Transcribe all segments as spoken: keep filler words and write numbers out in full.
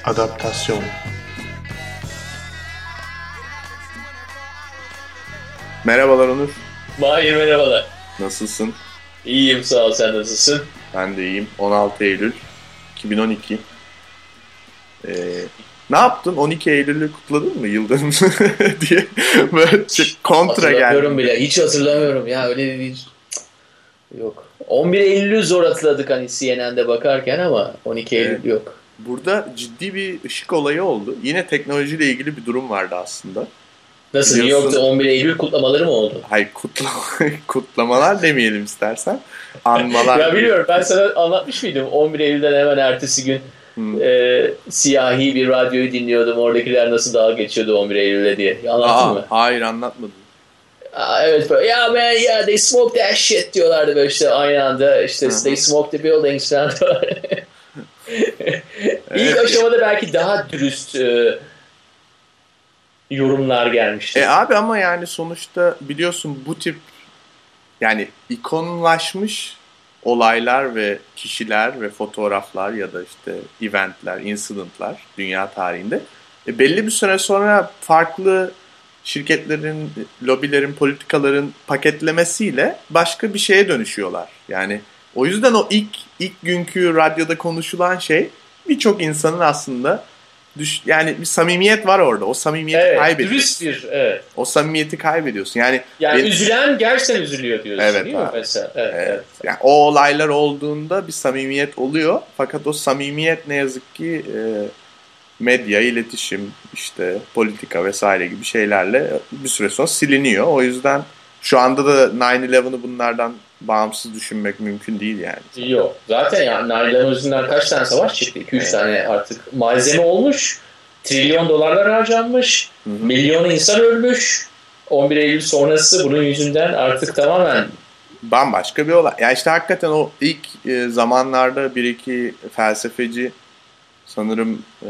Adaptasyon. Merhabalar Onur. Mahir merhabalar. Nasılsın? İyiyim sağ ol, sen nasılsın? Ben de iyiyim. on altı Eylül iki bin on iki. Ee, ne yaptın? on iki Eylül'ü kutladın mı? Yıldönüm diye böyle şey, kontra geldi. Hatırlamıyorum bile. Hiç hatırlamıyorum ya, öyle bir yok. on bir Eylül'ü zor hatırladık hani C N N'de bakarken ama on iki Eylül Evet. yok. Burada ciddi bir ışık olayı oldu. Yine teknolojiyle ilgili bir durum vardı aslında. Nasıl, New Biliyorsun- York'ta on bir Eylül kutlamaları mı oldu? Hayır, kutla kutlamalar demeyelim istersen. Anmalar. Ya biliyorum, ben sana anlatmış mıydım? on bir Eylül'den hemen ertesi gün Hmm. e, siyahi bir radyoyu dinliyordum. Oradakiler nasıl dalga geçiyordu on bir Eylül'e diye. Ya, anlattın Aa, mı? hayır, anlatmadım. Aa, evet böyle, ya man ya they smoke that shit diyorlardı böyle işte aynı anda, işte Hı hı. they smoke the buildings falan. İlk Evet. aşamada belki daha dürüst e, yorumlar gelmişti. E abi ama yani sonuçta biliyorsun bu tip yani ikonlaşmış olaylar ve kişiler ve fotoğraflar ya da işte eventler, incidentlar dünya tarihinde e belli bir süre sonra farklı şirketlerin, lobilerin, politikaların paketlemesiyle başka bir şeye dönüşüyorlar. Yani o yüzden o ilk ilk günkü radyoda konuşulan şey birçok insanın aslında düş, yani bir samimiyet var orada. O samimiyeti Evet, kaybediyorsun. dürüst bir, evet. O samimiyeti kaybediyorsun. Yani Yani ben- üzülen gerçekten üzülüyor diyorsun, Evet değil mi abi. mesela? Evet, Evet. evet. Yani o olaylar olduğunda bir samimiyet oluyor. Fakat o samimiyet ne yazık ki e, medya, iletişim, işte politika vesaire gibi şeylerle bir süre sonra siliniyor. O yüzden şu anda da nine eleven'ı bunlardan bağımsız düşünmek mümkün değil yani. Yok. Zaten yani nine eleven yüzünden kaç tane savaş çıktı? iki üç Evet. tane artık malzeme olmuş. Trilyon dolarlar harcanmış. Hı hı. Milyon insan ölmüş. on bir Eylül sonrası bunun yüzünden artık tamamen Bambaşka bir olay. Ya işte hakikaten o ilk e, zamanlarda bir iki felsefeci sanırım e,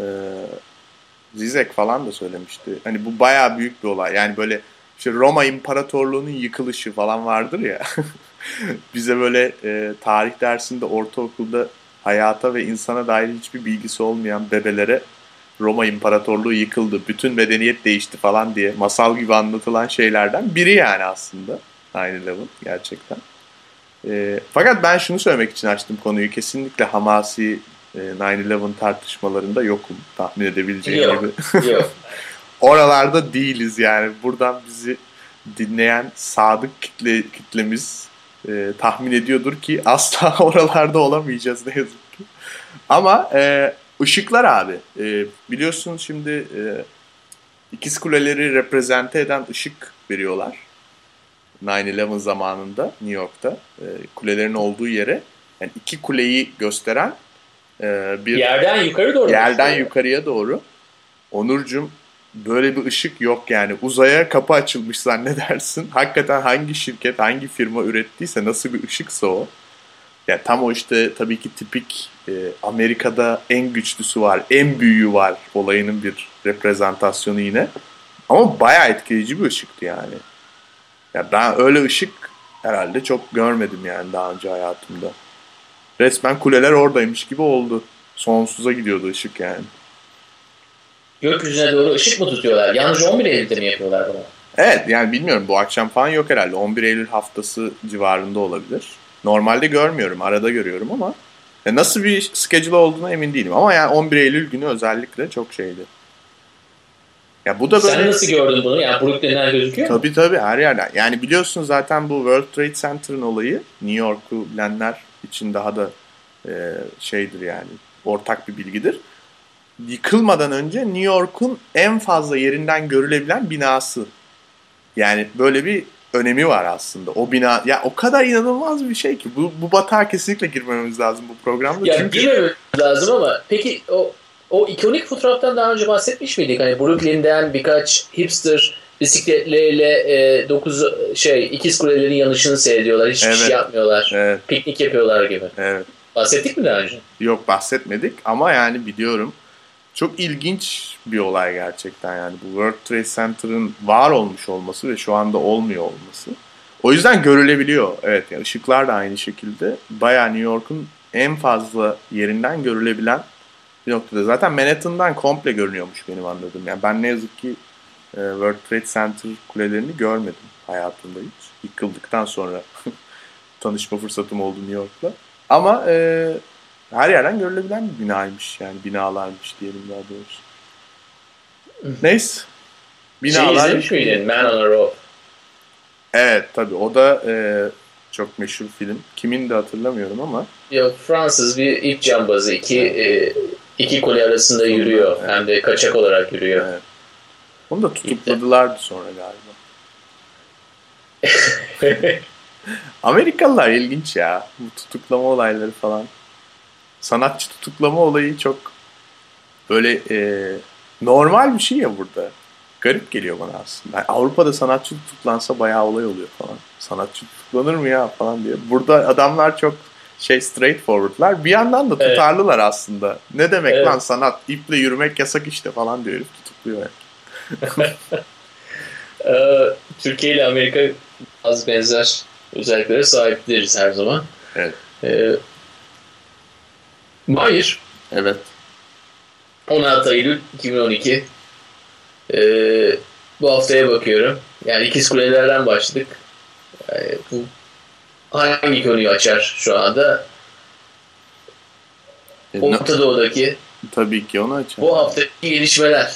Zizek falan da söylemişti. Hani bu bayağı büyük bir olay. Yani böyle işte Roma İmparatorluğu'nun yıkılışı falan vardır ya. Bize böyle e, tarih dersinde ortaokulda hayata ve insana dair hiçbir bilgisi olmayan bebelere Roma İmparatorluğu yıkıldı, bütün medeniyet değişti falan diye masal gibi anlatılan şeylerden biri yani aslında nine eleven gerçekten. E, fakat ben şunu söylemek için açtım konuyu. Kesinlikle hamasi e, nine eleven tartışmalarında yokum, tahmin edebileceğin yok. gibi. Yok. Oralarda değiliz yani. Buradan bizi dinleyen sadık kitle kitlemiz e, tahmin ediyordur ki asla oralarda olamayacağız ne yazık ki. Ama e, ışıklar abi. E, biliyorsun şimdi e, ikiz kuleleri reprezente eden ışık veriyorlar. nine eleven zamanında New York'ta e, kulelerin olduğu yere yani iki kuleyi gösteren e, bir Yerden yukarı doğru. yerden başlıyor. yukarıya doğru. Onurcuğum, böyle bir ışık yok yani. Uzaya kapı açılmış zannedersin. Hakikaten hangi şirket, hangi firma ürettiyse, nasıl bir ışıksa o. Ya tam o işte tabii ki tipik e, Amerika'da en güçlüsü var, en büyüğü var olayının bir reprezentasyonu yine. Ama bayağı etkileyici bir ışıktı yani. Ya ben öyle ışık herhalde çok görmedim yani daha önce hayatımda. Resmen kuleler oradaymış gibi oldu. Sonsuza gidiyordu ışık yani. Gökyüzüne doğru ışık mı tutuyorlar? Yalnızca on bir Eylül'de mi yapıyorlar bunu? Evet yani bilmiyorum, bu akşam falan yok herhalde. on bir Eylül haftası civarında olabilir. Normalde görmüyorum, arada görüyorum ama ya nasıl bir schedule olduğuna emin değilim. Ama yani on bir Eylül günü özellikle çok şeydi. Ya bu da böyle... Sen nasıl gördün bunu? Yani Brooklyn'den gözüküyor mu? Tabii tabii, her yerden. Yani biliyorsun zaten bu World Trade Center'ın olayı New York'u bilenler için daha da e, şeydir yani, ortak bir bilgidir. Yıkılmadan önce New York'un en fazla yerinden görülebilen binası. Yani böyle bir önemi var aslında. O bina ya o kadar inanılmaz bir şey ki bu, bu batağa kesinlikle girmememiz lazım bu programda. Ya Çünkü girmemiz lazım ama peki o o ikonik fotoğraftan daha önce bahsetmiş miydik? Hani Brooklyn'den birkaç hipster bisikletleriyle e, dokuz şey ikiz kulelerin yanışını seyrediyorlar. Hiçbir Evet. şey yapmıyorlar. evet, Piknik yapıyorlar gibi. evet. Bahsettik mi daha önce? Yok, bahsetmedik ama yani biliyorum. Çok ilginç bir olay gerçekten yani bu World Trade Center'ın var olmuş olması ve şu anda olmuyor olması. O yüzden görülebiliyor. Evet, yani ışıklar da aynı şekilde. Bayağı New York'un en fazla yerinden görülebilen bir noktada. Zaten Manhattan'dan komple görünüyormuş benim anladığım. Yani ben ne yazık ki e, World Trade Center kulelerini görmedim hayatımda hiç. Yıkıldıktan sonra tanışma fırsatım oldu New York'la. Ama e, her yerden görülebilen bir binaymış yani binalarmış diyelim daha doğrusu. Neyse. Binalar. Şey izlemiş miydin? Man on a Rope. Evet tabii o da e, çok meşhur film. Kimin de hatırlamıyorum ama. Yok Fransız bir ip cambazı iki evet. e, iki kule arasında yürüyor. Evet. Hem de kaçak olarak yürüyor. Evet. Onu da tutukladılardı sonra galiba. Amerikalılar ilginç ya. Bu tutuklama olayları falan. Sanatçı tutuklama olayı çok böyle e, normal bir şey ya burada. Garip geliyor bana aslında. Yani Avrupa'da sanatçı tutuklansa bayağı olay oluyor falan. Sanatçı tutuklanır mı ya falan diye. Burada adamlar çok şey straightforward'lar. Bir yandan da tutarlılar evet. aslında. Ne demek evet. lan sanat? İple yürümek yasak işte falan diyor herif tutukluyor yani. Türkiye ile Amerika az benzer özelliklere sahipleriz her zaman. Evet. Ee, Mahir. Evet. on altı Eylül iki bin on iki. Ee, bu haftaya bakıyorum. Yani İkiz Kulelerden başladık. Yani bu hangi konuyu açar şu anda? E, Orta Doğu'daki. Tabii ki onu açar. Bu haftaki gelişmeler.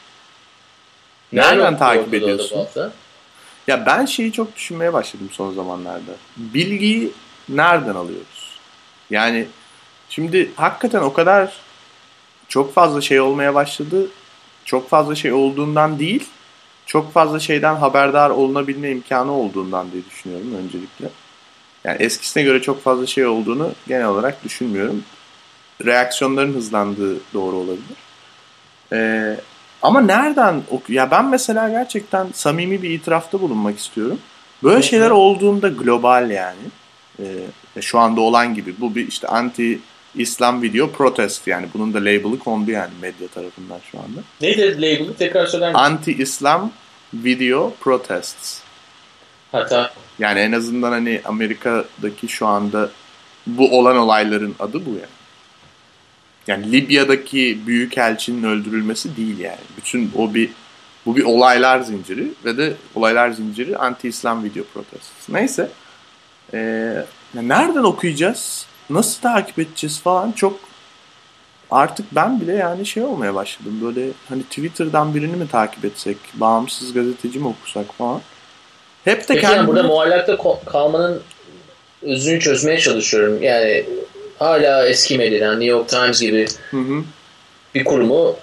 Nereden Nerede takip ediyorsun? Ya ben şeyi çok düşünmeye başladım son zamanlarda. Bilgiyi nereden alıyoruz? Yani şimdi hakikaten o kadar çok fazla şey olmaya başladı. Çok fazla şey olduğundan değil, çok fazla şeyden haberdar olunabilme imkanı olduğundan diye düşünüyorum öncelikle. Yani eskisine göre çok fazla şey olduğunu genel olarak düşünmüyorum. Reaksiyonların hızlandığı doğru olabilir. Ee, ama nereden ok- ya ben mesela gerçekten samimi bir itirafta bulunmak istiyorum. Böyle şeyler olduğunda global yani. Ee, şu anda olan gibi bu bir işte anti İslam video protest yani bunun da label'ı kondu yani medya tarafından şu anda. Neydi label'ı tekrar söyler misin? Anti-İslam video protests. Hatta. Yani en azından hani Amerika'daki şu anda bu olan olayların adı bu yani. Yani Libya'daki büyükelçinin öldürülmesi değil yani. Bütün o bir bu bir olaylar zinciri ve de olaylar zinciri anti-İslam video protests. Neyse. Ee, nereden okuyacağız? Nasıl takip edeceğiz falan çok artık ben bile yani şey olmaya başladım. Böyle hani Twitter'dan birini mi takip etsek, bağımsız gazeteci mi okusak falan. Hep de Peki kendime... yani burada muallakta kalmanın özünü çözmeye çalışıyorum. Yani hala eski medyadan New York Times gibi hı hı. bir kurumu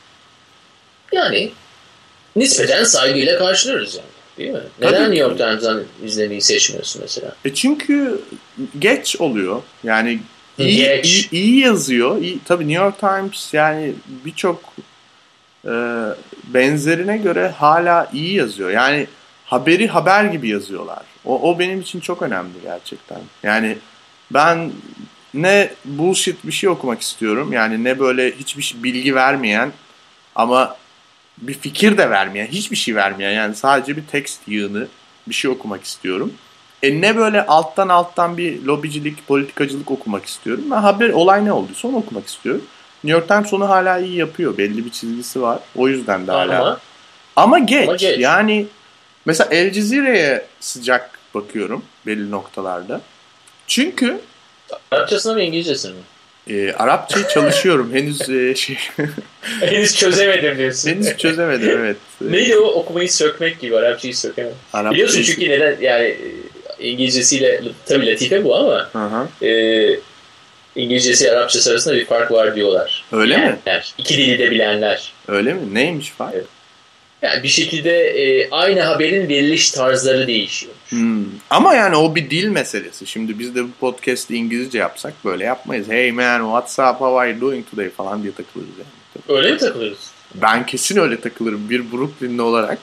yani nispeten saygıyla karşılıyoruz yani. Değil mi? Neden Tabii New York Times'dan izlemeyi seçmiyorsun mesela? E çünkü geç oluyor. Yani iyi, geç. iyi, iyi yazıyor. İyi, tabii New York Times yani birçok e, benzerine göre hala iyi yazıyor. Yani haberi haber gibi yazıyorlar. O, o benim için çok önemli gerçekten. Yani ben ne bullshit bir şey okumak istiyorum. Yani ne böyle hiçbir bilgi vermeyen ama bir fikir de vermeyen, hiçbir şey vermeyen yani sadece bir tekst yığını bir şey okumak istiyorum. E ne böyle alttan alttan bir lobicilik, politikacılık okumak istiyorum. Ben haber olay ne olduysa onu okumak istiyorum. New York Times onu hala iyi yapıyor. Belli bir çizgisi var. O yüzden de hala. Ama, ama, geç. ama geç. Yani mesela El Cezire'ye sıcak bakıyorum belli noktalarda. Çünkü Arapçasına mı İngilizcesine mi? E, Arapçayı çalışıyorum. Henüz e, şey Henüz çözemedim diyorsun. Henüz çözemedim evet. Neydi o okumayı sökmek gibi Arapçayı sökemedim. Arapçayı... Biliyorsun çünkü neden yani İngilizcesiyle tabii latife bu ama e, İngilizcesi Arapçası arasında bir fark var diyorlar. Öyle bilenler, mi? İki dili de bilenler. Öyle mi? Neymiş fark? Evet. Yani bir şekilde e, aynı haberin veriliş tarzları değişiyor. Hmm. Ama yani o bir dil meselesi. Şimdi biz de bu podcast'i İngilizce yapsak böyle yapmayız. Hey man, what's up, how are you doing today falan diye takılırız yani. Tabii. Öyle mi takılırız? Ben kesin öyle takılırım bir Brooklyn'li olarak.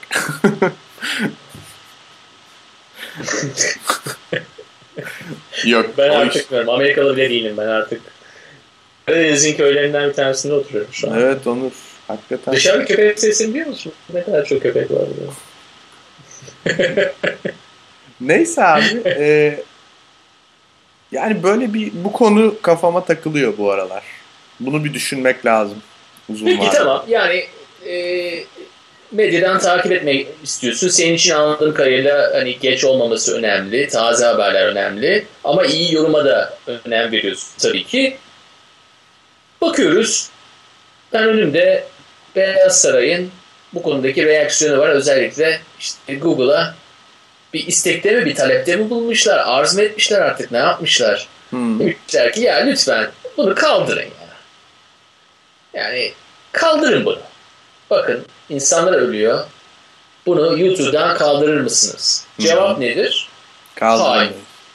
Yok. Ben artık iş... Amerikalı bile değilim ben artık. Karadeniz'in köylerinden bir tanesinde oturuyorum şu an. Evet Onur. Hakikaten. Dışarı köpek sesini biliyor musun? Ne kadar çok köpek var burada. Neyse abi. E, yani böyle bir bu konu kafama takılıyor bu aralar. Bunu bir düşünmek lazım. Uzun Peki vadede. tamam. Yani e, medyadan takip etmek istiyorsun. Senin için anladığım kadarıyla hani geç olmaması önemli. Taze haberler önemli. Ama iyi yoruma da önem veriyorsun tabii ki. Bakıyoruz. Ben önümde Beyaz Saray'ın bu konudaki reaksiyonu var. Özellikle işte Google'a bir istekte mi bir talepte mi bulmuşlar? Arz mı etmişler artık? Ne yapmışlar? Hmm. Demişler ki ya lütfen bunu kaldırın ya. Yani kaldırın bunu. Bakın insanlar ölüyor. Bunu YouTube'dan kaldırır mısınız? Hı. Cevap nedir? Hayır.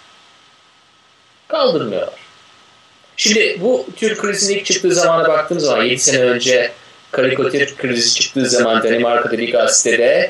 Kaldırmıyorlar. Şimdi bu tür krizin ilk çıktığı zamana baktığım zaman yedi sene önce karikatür krizi çıktığı zaman Danimarka'da bir gazetede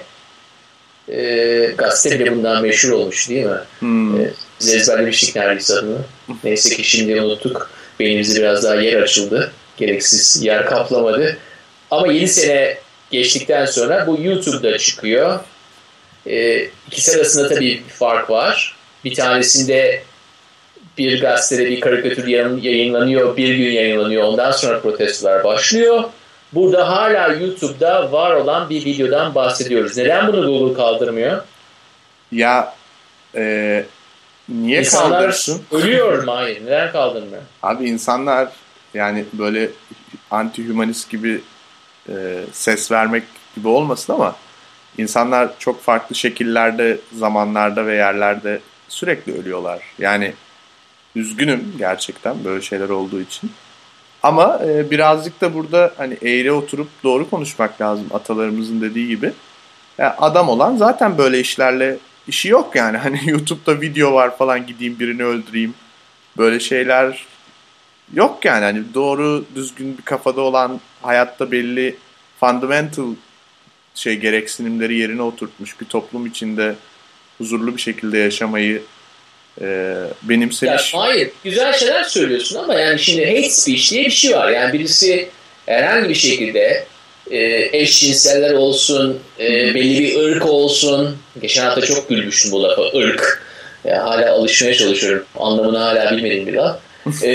e, gazete bile bundan meşhur olmuş değil mi? Hmm. E, biz ezberlemiştik neredeyse adını. Neyse ki şimdi unuttuk. Beynimizde biraz daha yer açıldı. Gereksiz yer kaplamadı. Ama yedi sene geçtikten sonra bu YouTube'da çıkıyor. E, ikisi arasında tabii bir fark var. Bir tanesinde bir gazetede bir karikatür yayınlanıyor, bir gün yayınlanıyor. Ondan sonra protestolar başlıyor. Burada hala YouTube'da var olan bir videodan bahsediyoruz. Neden bunu Google kaldırmıyor? Ya e, niye İnsanlar kaldırsın? ölüyor mu? Hayır. Neden kaldırmıyor? Abi insanlar yani böyle anti-humanist gibi e, ses vermek gibi olmasın ama insanlar çok farklı şekillerde, zamanlarda ve yerlerde sürekli ölüyorlar. Yani üzgünüm gerçekten böyle şeyler olduğu için. Ama e, birazcık da burada hani eğri oturup doğru konuşmak lazım atalarımızın dediği gibi. Yani adam olan zaten böyle işlerle işi yok yani. Hani YouTube'da video var falan gideyim birini öldüreyim. Böyle şeyler yok yani. Hani doğru düzgün bir kafada olan hayatta belli fundamental şey gereksinimleri yerine oturtmuş bir toplum içinde huzurlu bir şekilde yaşamayı e, benimsemiş. Ya, hayır. Güzel şeyler söylüyorsun ama yani şimdi hate speech diye bir şey var. Yani birisi herhangi bir şekilde e, eşcinseller olsun, e, belli bir ırk olsun. Geçen hafta çok gülmüştüm bu lafa. Irk. Yani hala alışmaya çalışıyorum. Anlamını hala bilmediğim bir laf. E,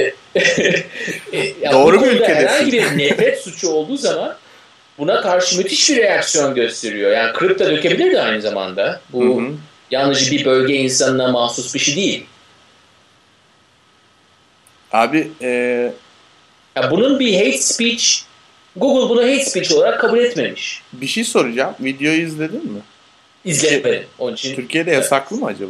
ya doğru bir ülkedesin. Herhangi ülkedesin. bir nefret suçu olduğu zaman buna karşı müthiş bir reaksiyon gösteriyor. Yani kırıp da dökebilir de aynı zamanda. Bu Hı hı. yalnızca bir bölge insanına mahsus bir şey değil. Abi e, Ya bunun bir hate speech, Google bunu hate speech olarak kabul etmemiş. bir şey soracağım. Videoyu izledin mi? İzlemedim. Onun için Türkiye'de yasaklı mı acaba?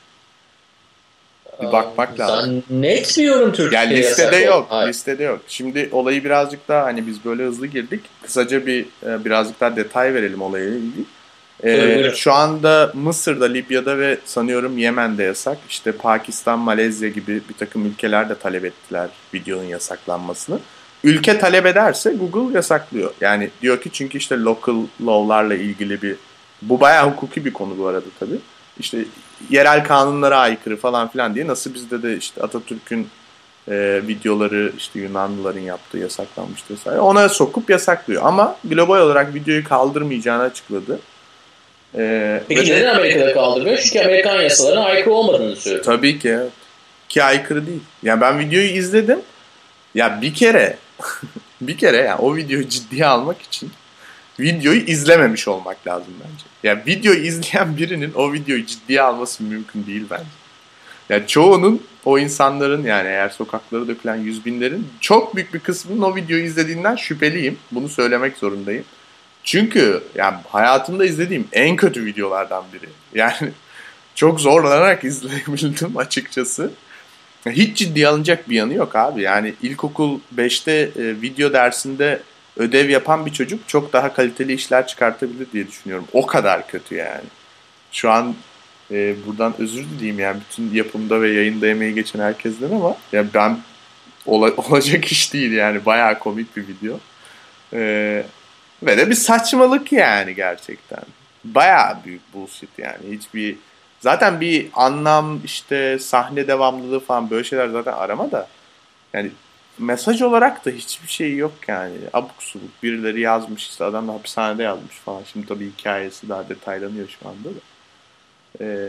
Bir bakmak lazım. Zannetmiyorum Türkiye'de Yani listede yasak yok. Hayır. Listede yok. Şimdi olayı birazcık daha hani biz böyle hızlı girdik. Kısaca bir birazcık daha detay verelim olayla ilgili. Ee, şu anda Mısır'da, Libya'da ve sanıyorum Yemen'de yasak. İşte Pakistan, Malezya gibi bir takım ülkeler de talep ettiler videonun yasaklanmasını. Ülke talep ederse Google yasaklıyor. Yani diyor ki çünkü işte local law'larla ilgili bir... Bu bayağı hukuki bir konu bu arada tabii. İşte yerel kanunlara aykırı falan filan diye nasıl bizde de işte Atatürk'ün e, videoları işte Yunanlıların yaptığı yasaklanmıştı vesaire. Ona sokup yasaklıyor. Ama global olarak videoyu kaldırmayacağını açıkladı. Ee, Peki neden Amerika'da kaldırmıyor? Çünkü Amerikan yasalarına aykırı olmadığını söylüyor. Tabii ki. Evet. Ki aykırı değil. Yani ben videoyu izledim. Ya bir kere bir kere yani o videoyu ciddiye almak için videoyu izlememiş olmak lazım bence. Yani videoyu izleyen birinin o videoyu ciddiye alması mümkün değil bence. Yani çoğunun o insanların yani eğer sokaklara dökülen yüz binlerin çok büyük bir kısmının o videoyu izlediğinden şüpheliyim. Bunu söylemek zorundayım. Çünkü yani hayatımda izlediğim en kötü videolardan biri. Yani çok zorlanarak izleyebildim açıkçası. Hiç ciddiye alınacak bir yanı yok abi. Yani ilkokul beşte e, video dersinde ödev yapan bir çocuk çok daha kaliteli işler çıkartabilir diye düşünüyorum. O kadar kötü yani. Şu an e, buradan özür dileyim yani bütün yapımda ve yayında emeği geçen herkesten ama yani ben ola, olacak iş değil yani. Bayağı komik bir video. Eee Ve de bir saçmalık yani gerçekten. Bayağı büyük bullshit yani. Hiçbir zaten bir anlam işte sahne devamlılığı falan böyle şeyler zaten arama da yani mesaj olarak da hiçbir şey yok yani. Abuk subuk birileri yazmış işte adam da hapishanede yazmış falan. Şimdi tabii hikayesi daha detaylanıyor şu anda da. Ee,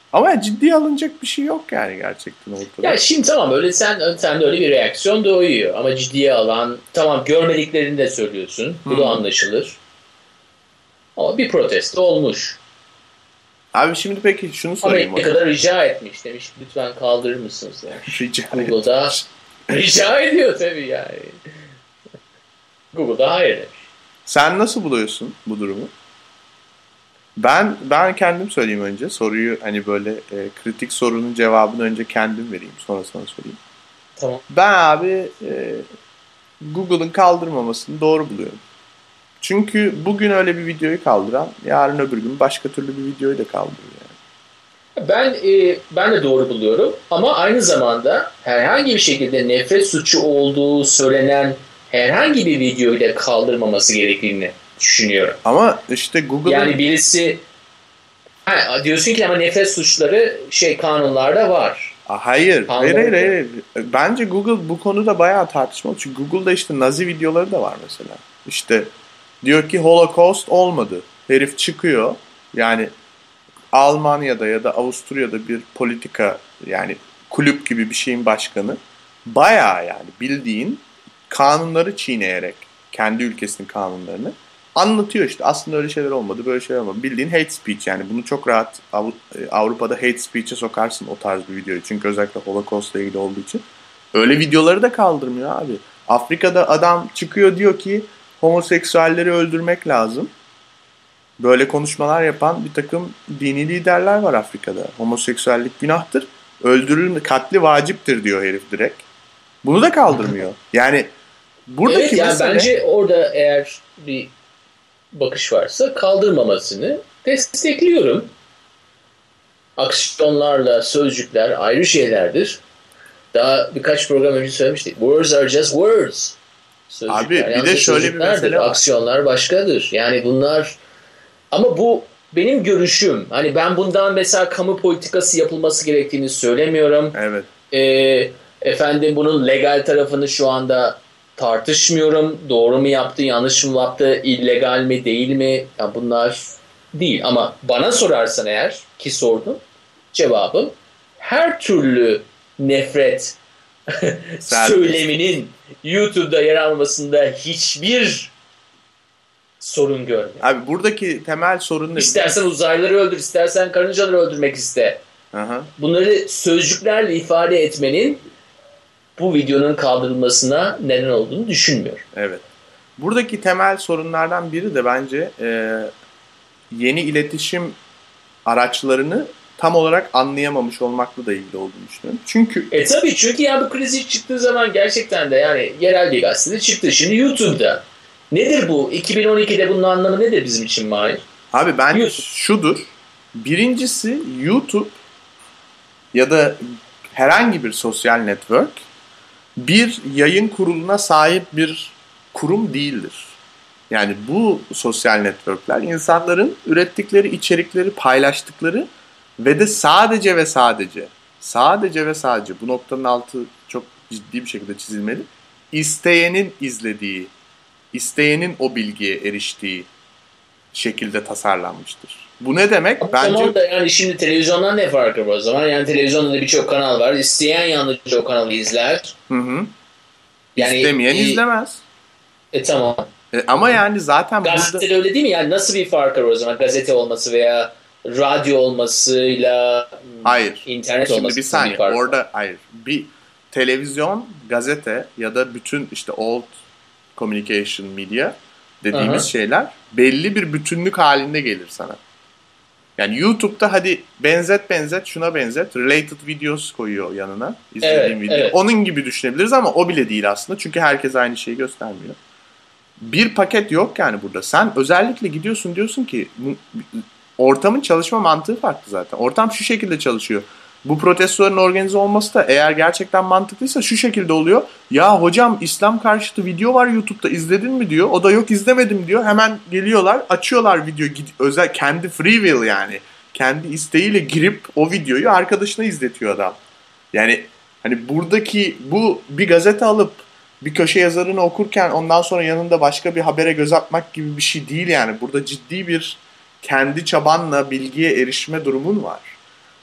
Ama ciddiye alınacak bir şey yok yani gerçekten ortada. Ya şimdi tamam öyle sen sende öyle bir reaksiyon doğuyor ama ciddiye alan tamam görmediklerini de söylüyorsun. Bu hmm. da anlaşılır. Ama bir protesto olmuş. Abi şimdi peki şunu sorayım. Amerika kadar rica etmiş demiş lütfen kaldırır mısınız demiş. Rica Google'da etmiş. Rica ediyor tabii yani. Google'da hayır demiş. Sen nasıl buluyorsun bu durumu? Ben ben kendim söyleyeyim önce. Soruyu hani böyle e, kritik sorunun cevabını önce kendim vereyim. Sonra sana sorayım. Tamam. Ben abi e, Google'ın kaldırmamasını doğru buluyorum. Çünkü bugün öyle bir videoyu kaldıran yarın öbür gün başka türlü bir videoyu da kaldırıyor yani. Ben e, ben de doğru buluyorum ama aynı zamanda herhangi bir şekilde nefret suçu olduğu söylenen herhangi bir videoyu da kaldırmaması gerektiğini düşünüyorum. Ama işte Google'ın... Yani birisi ha, diyorsun ki ama nefret suçları şey kanunlarda var. Hayır, hayır, hayır, hayır. Bence Google bu konuda bayağı tartışmalı. Çünkü Google'da işte Nazi videoları da var mesela. İşte diyor ki Holocaust olmadı. Herif çıkıyor. Yani Almanya'da ya da Avusturya'da bir politika yani kulüp gibi bir şeyin başkanı. Bayağı yani bildiğin kanunları çiğneyerek kendi ülkesinin kanunlarını anlatıyor işte. Aslında öyle şeyler olmadı, böyle şeyler olmadı. Bildiğin hate speech yani. Bunu çok rahat Avrupa'da hate speech'e sokarsın o tarz bir videoyu. Çünkü özellikle Holocaust'la ilgili olduğu için. Öyle videoları da kaldırmıyor abi. Afrika'da adam çıkıyor diyor ki homoseksüelleri öldürmek lazım. Böyle konuşmalar yapan bir takım dini liderler var Afrika'da. Homoseksüellik günahtır. Öldürülme, katli vaciptir diyor herif direkt. Bunu da kaldırmıyor. Yani buradaki evet, yani mesele... Bence orada eğer bir bakış varsa kaldırmamasını destekliyorum. Aksiyonlarla sözcükler ayrı şeylerdir. Daha birkaç program önce söylemiştik. Words are just words. Sözcükler, abi bir de şöyle bir mesele var. Aksiyonlar başkadır. Yani bunlar ama bu benim görüşüm. Hani ben bundan mesela kamu politikası yapılması gerektiğini söylemiyorum. Evet. Ee, efendim bunun legal tarafını şu anda tartışmıyorum. Doğru mu yaptı, yanlış mı yaptı, illegal mi, değil mi? Yani bunlar değil. Ama bana sorarsan eğer ki sordun, cevabım her türlü nefret söyleminin YouTube'da yer almasında hiçbir sorun görmüyorum. Abi buradaki temel sorun ne? İstersen uzaylıları öldür, istersen karıncaları öldürmek iste. Aha. Bunları sözcüklerle ifade etmenin bu videonun kaldırılmasına neden olduğunu düşünmüyorum. Evet. Buradaki temel sorunlardan biri de bence e, yeni iletişim araçlarını tam olarak anlayamamış olmakla da ilgili olduğunu düşünüyorum. Çünkü E tabii çünkü ya bu kriz ilk çıktığı zaman gerçekten de yani yerel bir gazetede çıktı. Şimdi YouTube'da. Nedir bu? iki bin on ikide bunun anlamı nedir bizim için Mahir? Abi bence YouTube. Şudur. Birincisi YouTube ya da herhangi bir sosyal network bir yayın kuruluna sahip bir kurum değildir. Yani bu sosyal networkler insanların ürettikleri içerikleri paylaştıkları ve de sadece ve sadece sadece ve sadece bu noktanın altı çok ciddi bir şekilde çizilmeli. İsteyenin izlediği, isteyenin o bilgiye eriştiği şekilde tasarlanmıştır. Bu ne demek? Ama bence tamam da yani şimdi televizyondan ne farkı var o zaman? Yani televizyonda da birçok kanal var. İsteyen yalnızca o kanalı izler. Hı hı. Yani, İstemeyen e, izlemez. E tamam. E, ama yani zaten Gazetede burada... öyle değil mi? Yani nasıl bir farkı var o zaman? Gazete olması veya radyo olmasıyla hayır. internet Şimdi olması bir saniye. Bir farkı orada var. hayır. Bir televizyon, gazete ya da bütün işte old communication media dediğimiz Aha. şeyler belli bir bütünlük halinde gelir sana. Yani YouTube'da hadi benzet benzet şuna benzet related videos koyuyor yanına izlediğin evet, video. Evet. Onun gibi düşünebiliriz ama o bile değil aslında. Çünkü herkes aynı şeyi göstermiyor. Bir paket yok yani burada. Sen özellikle gidiyorsun diyorsun ki ortamın çalışma mantığı farklı zaten. Ortam şu şekilde çalışıyor. Bu protestoların organize olması da eğer gerçekten mantıklıysa şu şekilde oluyor. Ya hocam İslam karşıtı video var YouTube'da izledin mi diyor. O da yok izlemedim diyor. Hemen geliyorlar açıyorlar video özel kendi free will yani. Kendi isteğiyle girip o videoyu arkadaşına izletiyor adam. Yani hani buradaki bu bir gazete alıp bir köşe yazarını okurken ondan sonra yanında başka bir habere göz atmak gibi bir şey değil yani. Burada ciddi bir kendi çabanla bilgiye erişme durumun var.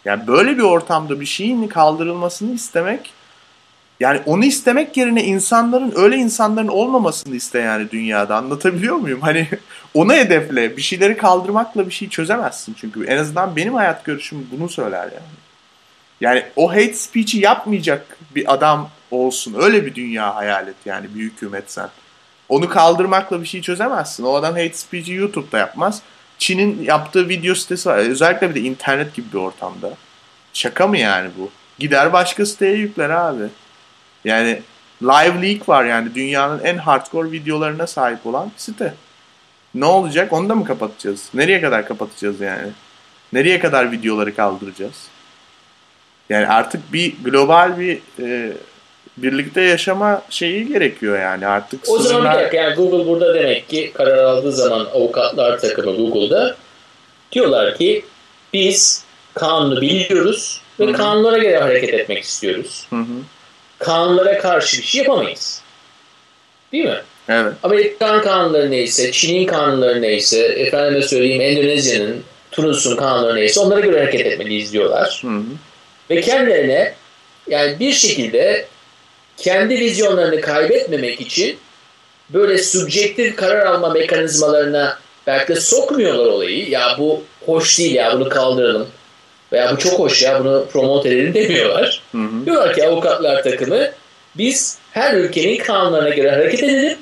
Yani böyle bir ortamda bir şeyin kaldırılmasını istemek, yani onu istemek yerine insanların, öyle insanların olmamasını iste yani dünyada. Anlatabiliyor muyum? Hani onu hedefle. Bir şeyleri kaldırmakla bir şey çözemezsin çünkü. En azından benim hayat görüşüm bunu söyler yani. Yani o hate speech'i yapmayacak bir adam olsun. Öyle bir dünya hayal et yani, bir hükümet sen. Onu kaldırmakla bir şey çözemezsin. O adam hate speech'i YouTube'da yapmaz. Çin'in yaptığı video sitesi var. Özellikle bir de internet gibi bir ortamda. Şaka mı yani bu? Gider başka siteye yükler abi. Yani Live Leak var yani, dünyanın en hardcore videolarına sahip olan site. Ne olacak? Onu da mı kapatacağız? Nereye kadar kapatacağız yani? Nereye kadar videoları kaldıracağız? Yani artık bir global bir e, birlikte yaşama şeyi gerekiyor yani artık. O sınırlar... zaman bir dakika, yani Google burada demek ki karar aldığı zaman avukatlar takımı Google'da diyorlar ki biz kanunu biliyoruz ve Hı-hı. kanunlara göre hareket etmek istiyoruz. Hı-hı. Kanunlara karşı bir şey yapamayız. Değil mi? Evet. Amerikan kanunları neyse, Çin'in kanunları neyse, efendime söyleyeyim Endonezya'nın, Tunus'un kanunları neyse onlara göre hareket etmeliyiz diyorlar. Hı-hı. Ve kendilerine yani bir şekilde kendi vizyonlarını kaybetmemek için böyle subjektif karar alma mekanizmalarına belki de sokmuyorlar olayı. Ya bu hoş değil ya, bunu kaldıralım. Veya bu çok hoş ya, bunu promote edelim demiyorlar. Hı hı. Diyorlar ki avukatlar takımı, biz her ülkenin kanunlarına göre hareket edelim.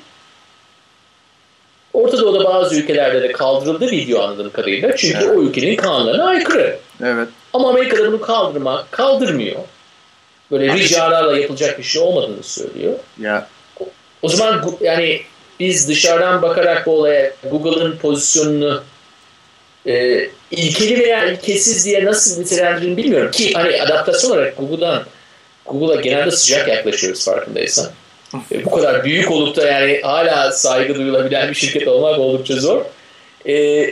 Orta Doğu'da bazı ülkelerde de kaldırıldı video anladığım kadarıyla. Çünkü evet. o ülkenin kanunlarına aykırı. Evet. Ama Amerika'da bunu kaldırmak kaldırmıyor. Böyle ricalarla yapılacak bir şey olmadığını söylüyor. Ya. O, o zaman yani biz dışarıdan bakarak bu olaya Google'ın pozisyonunu e, ilkeli veya ilkesiz diye nasıl nitelendirildiğini bilmiyorum. Ki hani adaptasyon olarak Google'dan Google'a genelde sıcak yaklaşıyoruz farkındaysan. e, bu kadar büyük olup da yani hala saygı duyulabilen bir şirket olmak oldukça zor. E,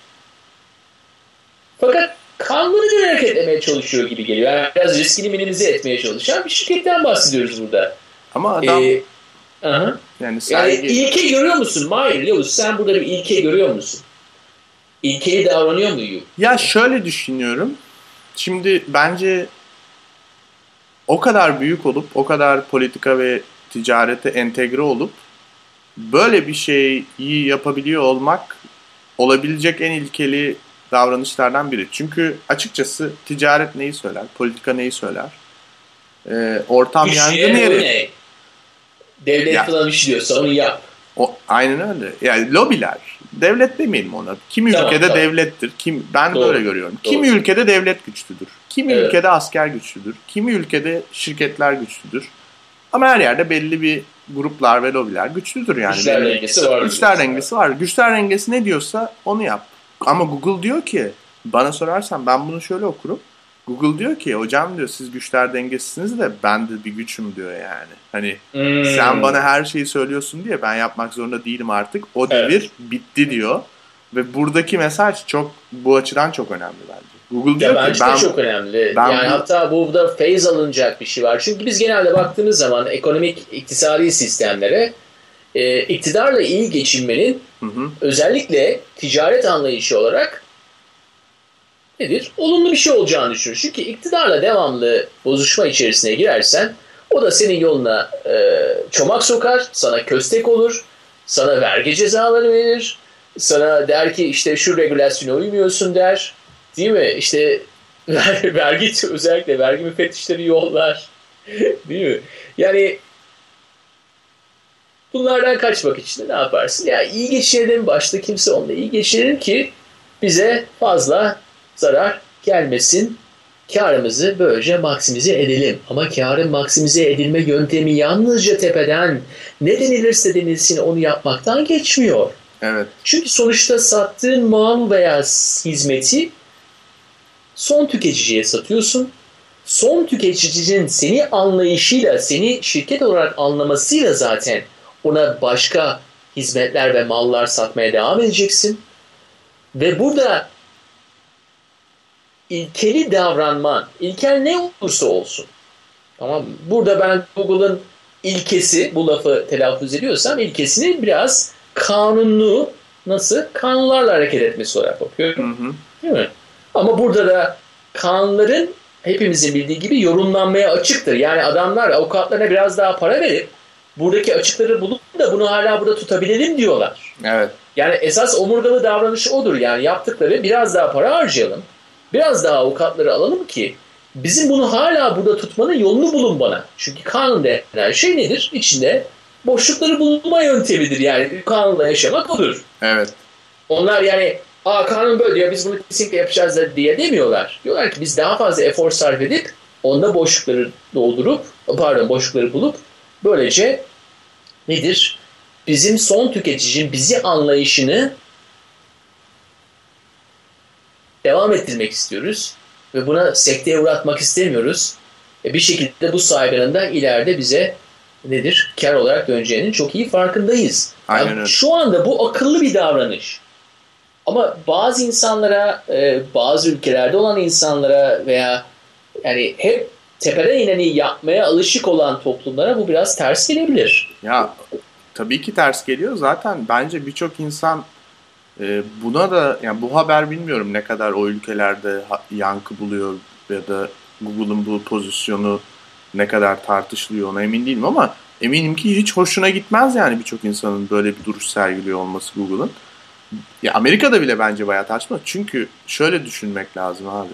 fakat kanunu göre hareket etmeye çalışıyor gibi geliyor. Yani biraz riskini minimize etmeye çalışan bir şirketten bahsediyoruz burada. Ama adam ee, aha. yani, saygı... yani ilke görüyor musun? Mahir, Lewis, sen burada bir ilke görüyor musun? İlkeli davranıyor muyum? Ya şöyle düşünüyorum. Şimdi bence o kadar büyük olup, o kadar politika ve ticarete entegre olup böyle bir şeyi yapabiliyor olmak olabilecek en ilkeli davranışlardan biri. Çünkü açıkçası ticaret neyi söyler, politika neyi söyler? Ee, ortam Güç yangın yeri. Ne? Devlet ya, falan işliyorsa onu yap. O, aynen öyle. Yani lobiler. Devlet demeyelim ona. Kimi tamam, ülkede tamam. devlettir. Kim, ben Doğru. böyle görüyorum. Doğru. Kimi ülkede devlet güçlüdür. Kimi evet. ülkede asker güçlüdür. Kimi ülkede şirketler güçlüdür. Ama her yerde belli bir gruplar ve lobiler güçlüdür yani. Güçler belli. dengesi var. Güçler dengesi var. Güçler dengesi ne diyorsa onu yap. Ama Google diyor ki, bana sorarsan ben bunu şöyle okurum. Google diyor ki, hocam diyor, siz güçler dengesisiniz de ben de bir güçüm diyor yani. Hani hmm. sen bana her şeyi söylüyorsun diye ben yapmak zorunda değilim artık. O devir evet. bitti diyor. Ve buradaki mesaj çok, bu açıdan çok önemli bence. Google diyor ya ki bence ben... de çok önemli. Ben yani bu... hatta burada feyz alınacak bir şey var. Çünkü biz genelde baktığımız zaman ekonomik, iktisadi sistemlere e, iktidarla iyi geçinmenin hı hı. özellikle ticaret anlayışı olarak nedir? Olumlu bir şey olacağını düşünüyorum. Çünkü iktidarla devamlı bozuşma içerisine girersen o da senin yoluna e, çomak sokar, sana köstek olur, sana vergi cezaları verir, sana der ki işte şu regülasyona uymuyorsun der, değil mi? İşte vergi, özellikle vergi müfettişleri yollar, değil mi? Yani bunlardan kaçmak için de ne yaparsın? Ya iyi geçirelim, başta kimse onunla iyi geçirir ki bize fazla zarar gelmesin. Kârımızı böylece maksimize edelim. Ama kârın maksimize edilme yöntemi yalnızca tepeden ne denilirse denilsin onu yapmaktan geçmiyor. Evet. Çünkü sonuçta sattığın mal veya hizmeti son tüketiciye satıyorsun. Son tüketicinin seni anlayışıyla, seni şirket olarak anlamasıyla zaten ona başka hizmetler ve mallar satmaya devam edeceksin. Ve burada ilkeli davranman, ilkel ne olursa olsun. Tamam mı? Burada ben Google'ın ilkesi, bu lafı telaffuz ediyorsam ilkesini biraz kanunlu, nasıl? Kanunlarla hareket etmesi olarak bakıyorum. Hı hı. Değil mi? Ama burada da kanunların hepimizin bildiği gibi yorumlanmaya açıktır. Yani adamlar avukatlarına biraz daha para verip buradaki açıkları bulup da bunu hala burada tutabilelim diyorlar. Evet. Yani esas omurgalı davranışı odur. Yani yaptıkları biraz daha para harcayalım. Biraz daha avukatları alalım ki bizim bunu hala burada tutmanın yolunu bulun bana. Çünkü kanun denen şey nedir? İçinde boşlukları bulma yöntemidir. Yani kanunla yaşamak odur. Evet. Onlar yani aa kanun böyle diyor biz bunu kesinlikle yapacağız diye demiyorlar. Diyorlar ki biz daha fazla efor sarf edip onda boşlukları doldurup pardon boşlukları bulup böylece nedir? Bizim son tüketicinin bizi anlayışını devam ettirmek istiyoruz. Ve buna sekteye uğratmak istemiyoruz. E bir şekilde bu saygınından ileride bize nedir? Kar olarak döneceğinin çok iyi farkındayız. Aynen Yani öyle. şu anda bu akıllı bir davranış. Ama bazı insanlara, bazı ülkelerde olan insanlara veya yani hep tepeden ineni yapmaya alışık olan toplumlara bu biraz ters gelebilir. Ya tabii ki ters geliyor. Zaten bence birçok insan e, buna da yani bu haber bilmiyorum ne kadar o ülkelerde yankı buluyor ya da Google'ın bu pozisyonu ne kadar tartışılıyor ona emin değilim ama eminim ki hiç hoşuna gitmez yani birçok insanın böyle bir duruş sergiliyor olması Google'ın. Ya Amerika'da bile bence bayağı tartışma. Çünkü şöyle düşünmek lazım abi.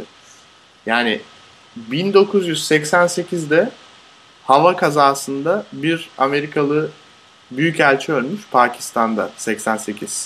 Yani bin dokuz yüz seksen sekizde hava kazasında bir Amerikalı büyükelçi ölmüş Pakistan'da seksen sekiz.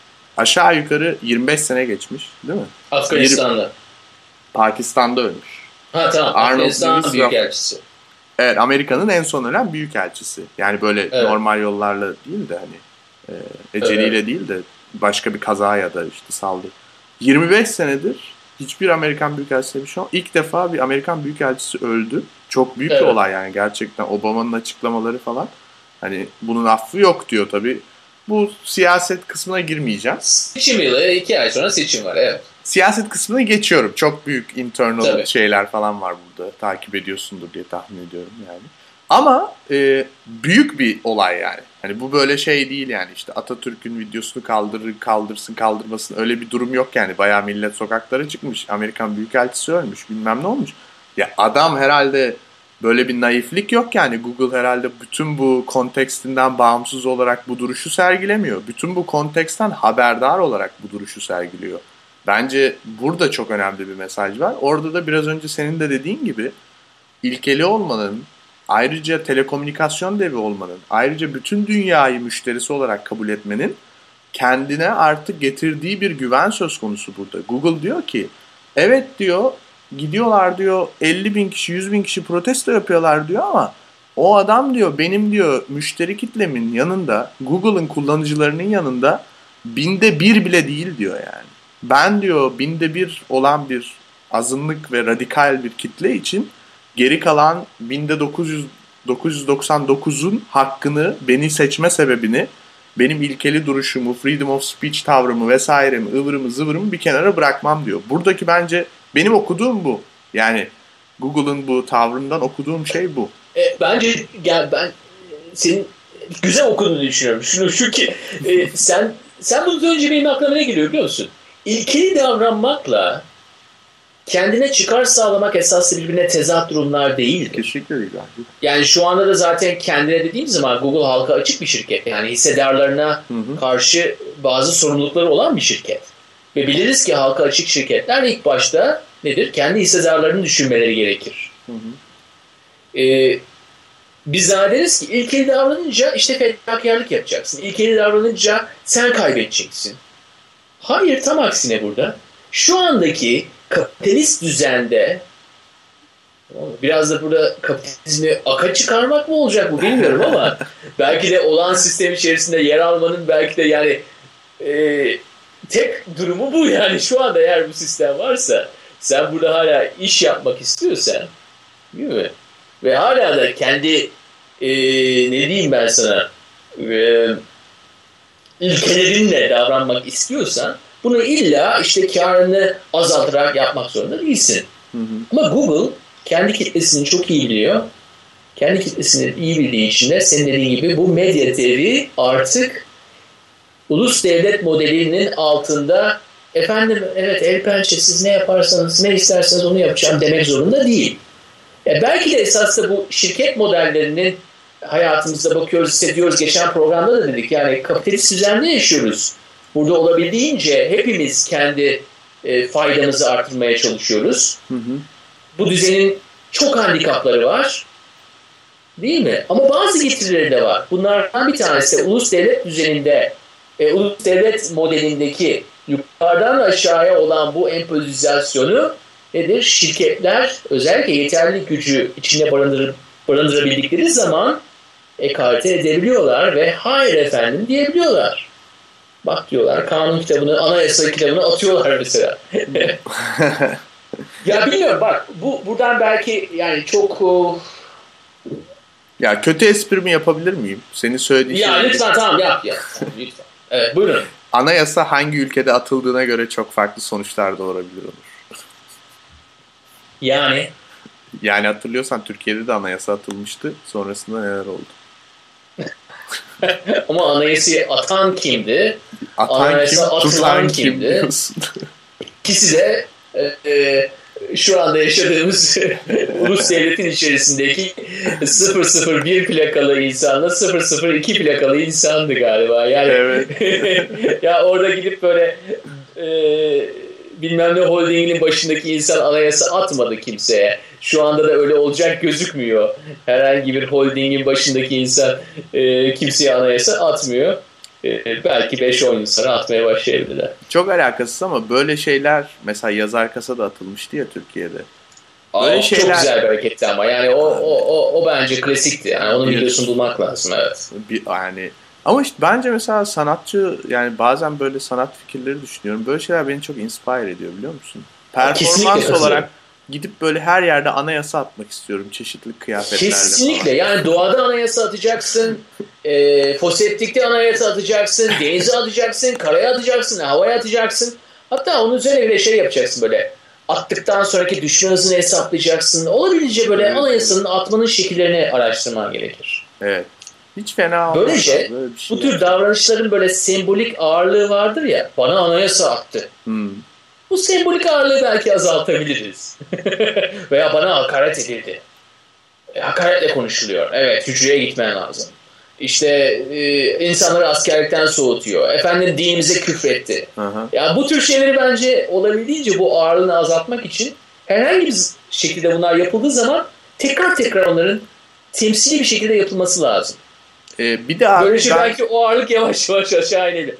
Aşağı yukarı yirmi beş sene geçmiş değil mi? Afganistan'da. Pakistan'da ölmüş. Ha tamam. Afganistan büyükelçisi. Evet, Amerika'nın en son ölen büyükelçisi. Yani böyle evet. Normal yollarla değil de hani e, eceliyle evet. değil de başka bir kaza ya da işte saldırı. yirmi beş senedir hiçbir Amerikan büyükelçisi bir şey olmadı. İlk defa bir Amerikan büyükelçisi öldü. Çok büyük evet. bir olay yani gerçekten. Obama'nın açıklamaları falan. Hani bunun affı yok diyor tabii. Bu siyaset kısmına girmeyeceğim. Seçim yılı, iki ay sonra seçim var evet. Siyaset kısmını geçiyorum. Çok büyük internal tabii. şeyler falan var burada. Takip ediyorsundur diye tahmin ediyorum yani. Ama e, büyük bir olay yani. Hani bu böyle şey değil yani işte Atatürk'ün videosunu kaldırır, kaldırsın, kaldırmasın öyle bir durum yok yani. Bayağı millet sokaklara çıkmış. Amerikan büyükelçisi ölmüş, bilmem ne olmuş. Ya adam herhalde böyle bir naiflik yok yani. Google herhalde bütün bu kontekstinden bağımsız olarak bu duruşu sergilemiyor. Bütün bu konteksten haberdar olarak bu duruşu sergiliyor. Bence burada çok önemli bir mesaj var. Orada da biraz önce senin de dediğin gibi ilkeli olmanın, ayrıca telekomünikasyon devi olmanın, ayrıca bütün dünyayı müşterisi olarak kabul etmenin kendine artık getirdiği bir güven söz konusu burada. Google diyor ki, evet diyor, gidiyorlar diyor elli bin kişi, yüz bin kişi protesto yapıyorlar diyor ama o adam diyor benim diyor müşteri kitlemin yanında, Google'ın kullanıcılarının yanında binde bir bile değil diyor yani. Ben diyor binde bir olan bir azınlık ve radikal bir kitle için geri kalan binde dokuz yüz, dokuz yüz doksan dokuzun hakkını, beni seçme sebebini, benim ilkeli duruşumu, freedom of speech tavrımı vesairemi, ıvırımı zıvırımı bir kenara bırakmam diyor. Buradaki bence benim okuduğum bu. Yani Google'ın bu tavrından okuduğum şey bu. E, bence yani ben senin güzel okuduğunu düşünüyorum. Şunu şu ki e, sen sen bunu önce benim aklıma ne geliyor biliyor musun? İlkeli davranmakla kendine çıkar sağlamak esaslı birbirine tezat durumlar değildir. Kesinlikle değil bence. Yani şu anda da zaten kendine dediğim zaman Google halka açık bir şirket. Yani hissedarlarına hı hı. karşı bazı sorumlulukları olan bir şirket. Ve biliriz ki halka açık şirketler ilk başta nedir? Kendi hissedarlarını düşünmeleri gerekir. Hı hı. Ee, biz zannederiz ki ilkeli davranınca işte fedakarlık yapacaksın. İlkeli davranınca sen kaybedeceksin. Hayır, tam aksine burada. Şu andaki kapitalist düzende biraz da burada kapitalizmi aka çıkarmak mı olacak bu bilmiyorum ama belki de olan sistem içerisinde yer almanın belki de yani e, tek durumu bu yani şu anda eğer bu sistem varsa sen burada hala iş yapmak istiyorsan değil mi? Ve hala da kendi e, ne diyeyim ben sana e, ilkelerinle davranmak istiyorsan bunu illa işte karını azaltarak yapmak zorunda değilsin. Hı hı. Ama Google kendi kitlesini çok iyi biliyor. Kendi kitlesini iyi bildiği için de senin dediğin gibi bu medya devi artık ulus devlet modelinin altında efendim evet el pençe siz ne yaparsanız ne isterseniz onu yapacağım demek zorunda değil. E belki de esas da bu şirket modellerinin hayatımızda bakıyoruz, hissediyoruz. Geçen programda da dedik yani kapitalist düzende yaşıyoruz. Burada olabildiğince hepimiz kendi e, faydamızı artırmaya çalışıyoruz. Hı hı. Bu düzenin çok handikapları var. Değil mi? Ama bazı getirileri de var. Bunlardan bir tanesi ulus devlet düzeninde, e, ulus devlet modelindeki yukarıdan aşağıya olan bu empozisyonu nedir? Şirketler özellikle yeterli gücü içinde barındır, barındırabildikleri zaman ekarte edebiliyorlar ve hayır efendim diyebiliyorlar. Bak diyorlar kanun kitabını, anayasa kitabını atıyorlar mesela. Ya bilmiyorum bak bu buradan belki yani çok o... Ya kötü espri mi yapabilir miyim? Senin söylediğin ya şey... lütfen tamam yap ya. Lütfen. Evet buyurun. Anayasa hangi ülkede atıldığına göre çok farklı sonuçlar doğurabilir Onur. Yani? Yani hatırlıyorsan Türkiye'de de anayasa atılmıştı. Sonrasında neler oldu? Ama anayasayı atan kimdi? Atan anayasa kim? Tutan kimdi? kim diyorsun? İkisi de e, e, şu anda yaşadığımız ulus devletin içerisindeki sıfır sıfır bir plakalı insanla sıfır sıfır iki plakalı insandı galiba. Yani evet. ya orada gidip böyle e, bilmem ne holdinginin başındaki insan anayasa atmadı kimseye. Şu anda da öyle olacak gözükmüyor. Herhangi bir holdingin başındaki insan e, kimseye anayasa atmıyor. E, belki beş on yıl sonra atmaya başlayabilirler. Çok alakasız ama böyle şeyler mesela yazar kasa da atılmıştı ya Türkiye'de. Böyle Aa, şeyler... Çok güzel bir hareketti ama yani o o o, o bence klasikti. Yani onun videosunu bulmak lazım evet. Bir, yani ama işte bence mesela sanatçı yani bazen böyle sanat fikirleri düşünüyorum. Böyle şeyler beni çok inspire ediyor biliyor musun? Performans olarak gidip böyle her yerde anayasa atmak istiyorum çeşitli kıyafetlerle Kesinlikle falan. Yani doğada anayasa atacaksın, e, foseptikte anayasa atacaksın, denize atacaksın, karaya atacaksın, havaya atacaksın. Hatta onun üzerine bile şey yapacaksın böyle. Attıktan sonraki düşme hızını hesaplayacaksın. Olabildiğince böyle evet. Anayasanın atmanın şekillerini araştırman gerekir. Evet. Hiç fena olmaz. Böylece böyle şey bu tür davranışların böyle sembolik ağırlığı vardır ya. Bana anayasa attı. Hmm. Bu sembolik ağırlığı belki azaltabiliriz. Veya bana hakaret edildi. E, hakaretle konuşuluyor. Evet, hücreye gitmen lazım. İşte e, insanları askerlikten soğutuyor. Efendim dinimize küfretti. Aha. Ya bu tür şeyleri bence olabildiğince bu ağırlığını azaltmak için herhangi bir şekilde bunlar yapıldığı zaman tekrar tekrar onların temsili bir şekilde yapılması lazım. Ee, bir de abi böylece ben... belki o ağırlık yavaş yavaş aşağı inebilir.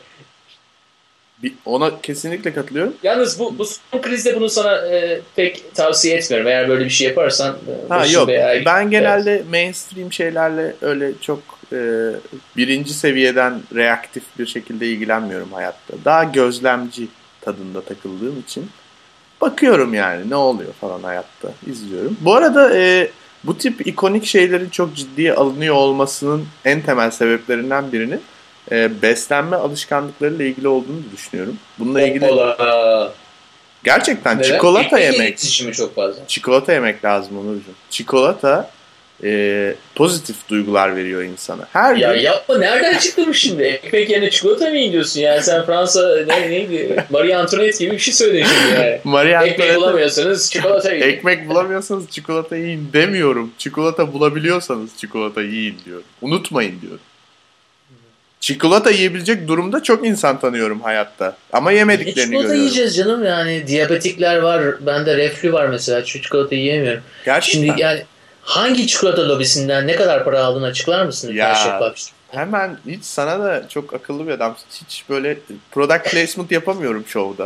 Ona kesinlikle katılıyorum. Yalnız bu, bu son krizde bunu sana e, pek tavsiye etmiyorum. Eğer böyle bir şey yaparsan... Ha yok. Veya... Ben genelde evet. mainstream şeylerle öyle çok e, birinci seviyeden reaktif bir şekilde ilgilenmiyorum hayatta. Daha gözlemci tadında takıldığım için bakıyorum yani ne oluyor falan hayatta. İzliyorum. Bu arada e, bu tip ikonik şeylerin çok ciddiye alınıyor olmasının en temel sebeplerinden birini E, beslenme alışkanlıklarıyla ilgili olduğunu düşünüyorum. Bununla ilgili Hoppala. gerçekten Neden? çikolata Ekmek yemek çok fazla. çikolata yemek lazım Onurcuğum. Çikolata e, pozitif duygular veriyor insana. Her ya gün... yapma nereden çıktı bu şimdi? Ekmek yerine çikolata mı yiyin diyorsun yani? Sen Fransa ne, neydi? Marie Antoinette gibi bir şey söyledin şimdi yani. Marie Ekmek Antoinette... bulamıyorsanız çikolata yiyin. Ekmek bulamıyorsanız çikolata yiyin demiyorum. Çikolata bulabiliyorsanız çikolata yiyin diyorum. Unutmayın diyorum. Çikolata yiyebilecek durumda çok insan tanıyorum hayatta. Ama yemediklerini çikolata görüyorum. Çikolata yiyeceğiz canım yani. Diyabetikler var. Bende reflü var mesela. Şu çikolata yiyemiyorum. Gerçekten. Şimdi yani hangi çikolata lobisinden ne kadar para aldığını açıklar mısın? Ya hemen hiç sana da çok akıllı bir adam. Hiç böyle product placement yapamıyorum şovda.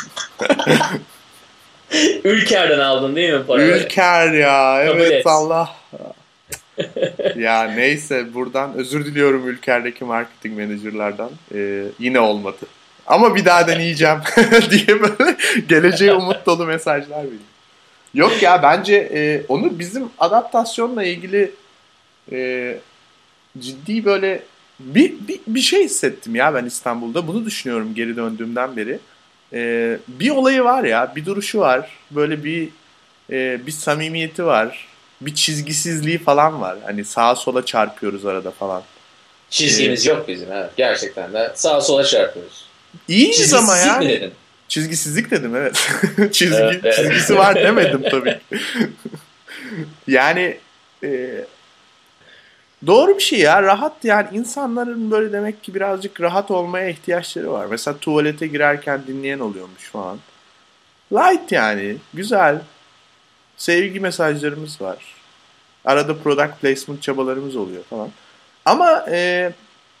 Ülker'den aldın değil mi parayı? Ülker ya. Evet Allah. Ya neyse buradan özür diliyorum Ülker'deki marketing menajerlerden. Ee, yine olmadı. Ama bir daha deneyeceğim diye böyle geleceğe umut dolu mesajlar veriyor. Yok ya bence e, onu bizim adaptasyonla ilgili e, ciddi böyle bir, bir, bir şey hissettim ya ben İstanbul'da. Bunu düşünüyorum geri döndüğümden beri. E, bir olayı var ya, bir duruşu var. Böyle bir e, bir samimiyeti var. Bir çizgisizliği falan var. Hani sağa sola çarpıyoruz arada falan. Çizgimiz ee, yok bizim evet. Gerçekten de sağa sola çarpıyoruz. İyiyiz ama ya. Mi dedin? Çizgisizlik dedim, evet. Çizgi, Evet, evet. Çizgisi var demedim tabii. Yani e, doğru bir şey ya. Rahat, yani insanların böyle demek ki birazcık rahat olmaya ihtiyaçları var. Mesela tuvalete girerken dinleyen oluyormuş falan. Light yani. Güzel. Sevgi mesajlarımız var. Arada product placement çabalarımız oluyor falan. Ama e,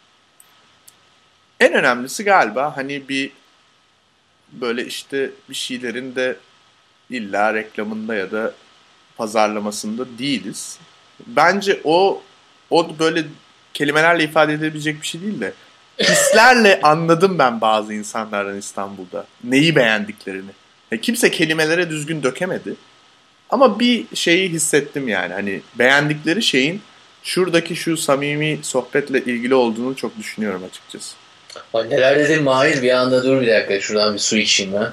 en önemlisi galiba hani bir böyle işte bir şeylerin de illa reklamında ya da pazarlamasında değiliz. Bence o o böyle kelimelerle ifade edilebilecek bir şey değil de hislerle anladım ben bazı insanlardan İstanbul'da neyi beğendiklerini. Ya kimse kelimelere düzgün dökemedi. Ama bir şeyi hissettim yani. Hani beğendikleri şeyin şuradaki şu samimi sohbetle ilgili olduğunu çok düşünüyorum açıkçası. Ay, neler dedim Mahir, bir anda dur bir dakika şuradan bir su içeyim ben.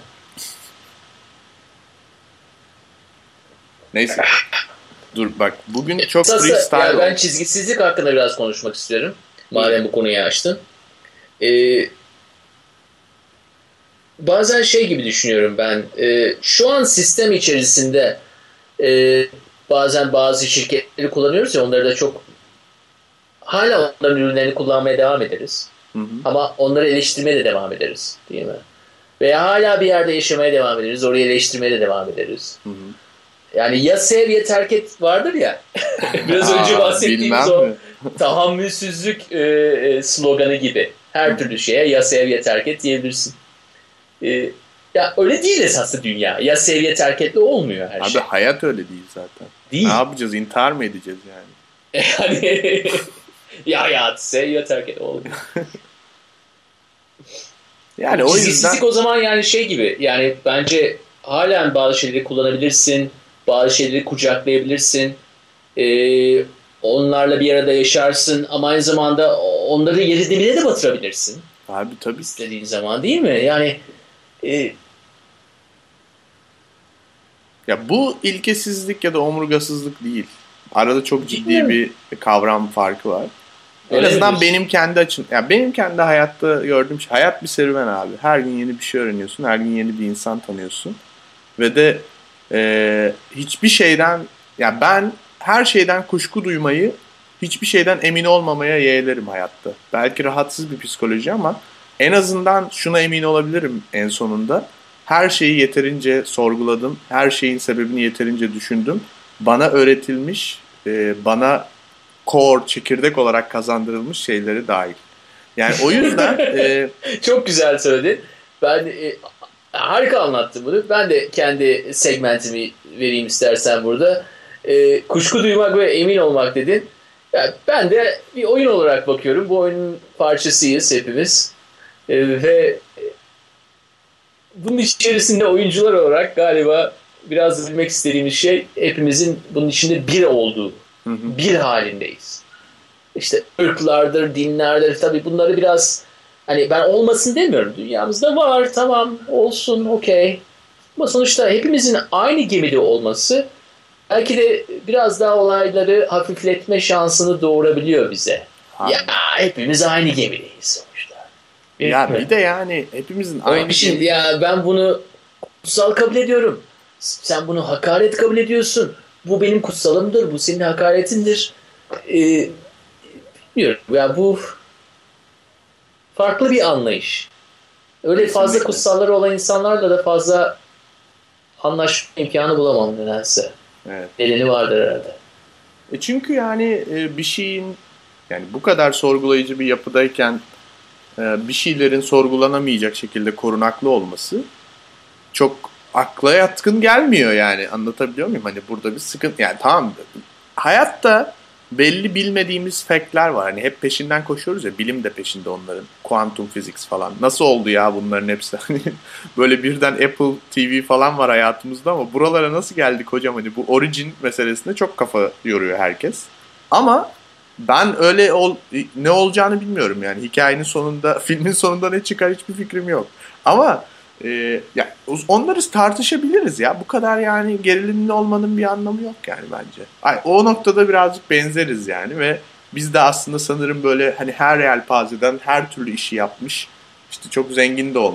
Neyse. Dur bak, bugün çok Esası, freestyle yani ben oldu. çizgisizlik hakkında biraz konuşmak isterim. Madem bu konuyu açtın. Ee, bazen şey gibi düşünüyorum ben. Ee, şu an sistem içerisinde e, bazen bazı şirketleri kullanıyoruz ya, onları da çok hala onların ürünlerini kullanmaya devam ederiz. Hı hı. Ama onları eleştirmeye de devam ederiz, değil mi? Veya hala bir yerde yaşamaya devam ederiz. Orayı eleştirmeye de devam ederiz. Hı hı. Yani ya sev ya terk et vardır ya. Biraz Aa, önce bahsettiğimiz bilmem o mi? tahammülsüzlük e, e, sloganı gibi. Her türlü şeye ya sev ya terk et diyebilirsin. E, ya öyle değil esasında dünya. Ya sev ya terk etle olmuyor her Abi şey. hayat öyle değil zaten. Değil. Ne yapacağız? İntihar mı edeceğiz yani? Yani ya hayatı sev ya terk et olmuyor. Yani o Çizgisizlik yüzden o zaman yani şey gibi. Yani bence halen bazı şeyleri kullanabilirsin. Bazı şeyleri kucaklayabilirsin. Ee, onlarla bir arada yaşarsın ama aynı zamanda onları yeri dibine de batırabilirsin. abi tabii ki. İstediğin zaman, değil mi? Yani e, Ya bu ilkesizlik ya da omurgasızlık değil. Arada çok değil ciddi mi? bir kavram farkı var. En Öyle mi azından diyorsun? benim kendi açım, ya benim kendi hayatta gördüğüm şey, hayat bir serüven abi. Her gün yeni bir şey öğreniyorsun, her gün yeni bir insan tanıyorsun ve de e, hiçbir şeyden, ya ben her şeyden kuşku duymayı, hiçbir şeyden emin olmamaya yeğlerim hayatta. Belki rahatsız bir psikoloji ama en azından şuna emin olabilirim en sonunda. Her şeyi yeterince sorguladım, her şeyin sebebini yeterince düşündüm. Bana öğretilmiş, e, bana core, çekirdek olarak kazandırılmış şeyleri dahil. Yani o yüzden e, Çok güzel söyledin. Ben e, harika anlattın bunu. Ben de kendi segmentimi vereyim istersen burada. E, kuşku duymak ve emin olmak dedin. Yani ben de bir oyun olarak bakıyorum. Bu oyunun parçasıyız hepimiz. E, ve bunun içerisinde oyuncular olarak galiba biraz bilmek istediğimiz şey, hepimizin bunun içinde bir olduğu, hı hı. bir halindeyiz. İşte ırklardır, dinlerdir, tabii bunları biraz, hani ben olmasın demiyorum. Dünyamızda var, tamam, olsun, okey. Ama sonuçta hepimizin aynı gemide olması belki de biraz daha olayları hafifletme şansını doğurabiliyor bize. Abi. Ya hepimiz aynı gemideyiz sonuçta. Ya Değil bir mi? de yani hepimizin Öyle aynı bir şey. gemide- Ya ben bunu kutsal kabul ediyorum. Sen bunu hakaret kabul ediyorsun. Bu benim kutsalımdır. Bu senin hakaretindir. Ee, bilmiyorum. Ya bu farklı bir anlayış. Öyle fazla Kesinlikle. kutsalları olan insanlarla da fazla anlaşma imkanı bulamam nedense. Evet. Nedeni vardır herhalde. E çünkü yani e, bir şeyin, yani bu kadar sorgulayıcı bir yapıdayken e, bir şeylerin sorgulanamayacak şekilde korunaklı olması çok akla yatkın gelmiyor yani. Anlatabiliyor muyum? Hani burada bir sıkıntı, yani tamam, hayatta belli bilmediğimiz fact'ler var. Hani hep peşinden koşuyoruz ya, bilim de peşinde onların. Quantum physics falan. Nasıl oldu ya bunların hepsi? Hani böyle birden Apple T V falan var hayatımızda ama buralara nasıl geldik hocam? Hani bu origin meselesinde çok kafa yoruyor herkes. Ama ben öyle ol, ne olacağını bilmiyorum yani. Hikayenin sonunda, filmin sonunda ne çıkar hiçbir fikrim yok. Ama e, ya onları tartışabiliriz ya. Bu kadar yani gerilimli olmanın bir anlamı yok yani bence. Ay, o noktada birazcık benzeriz yani ve biz de aslında sanırım böyle hani her yelpazeden her türlü işi yapmış, işte çok zengin de olmuş,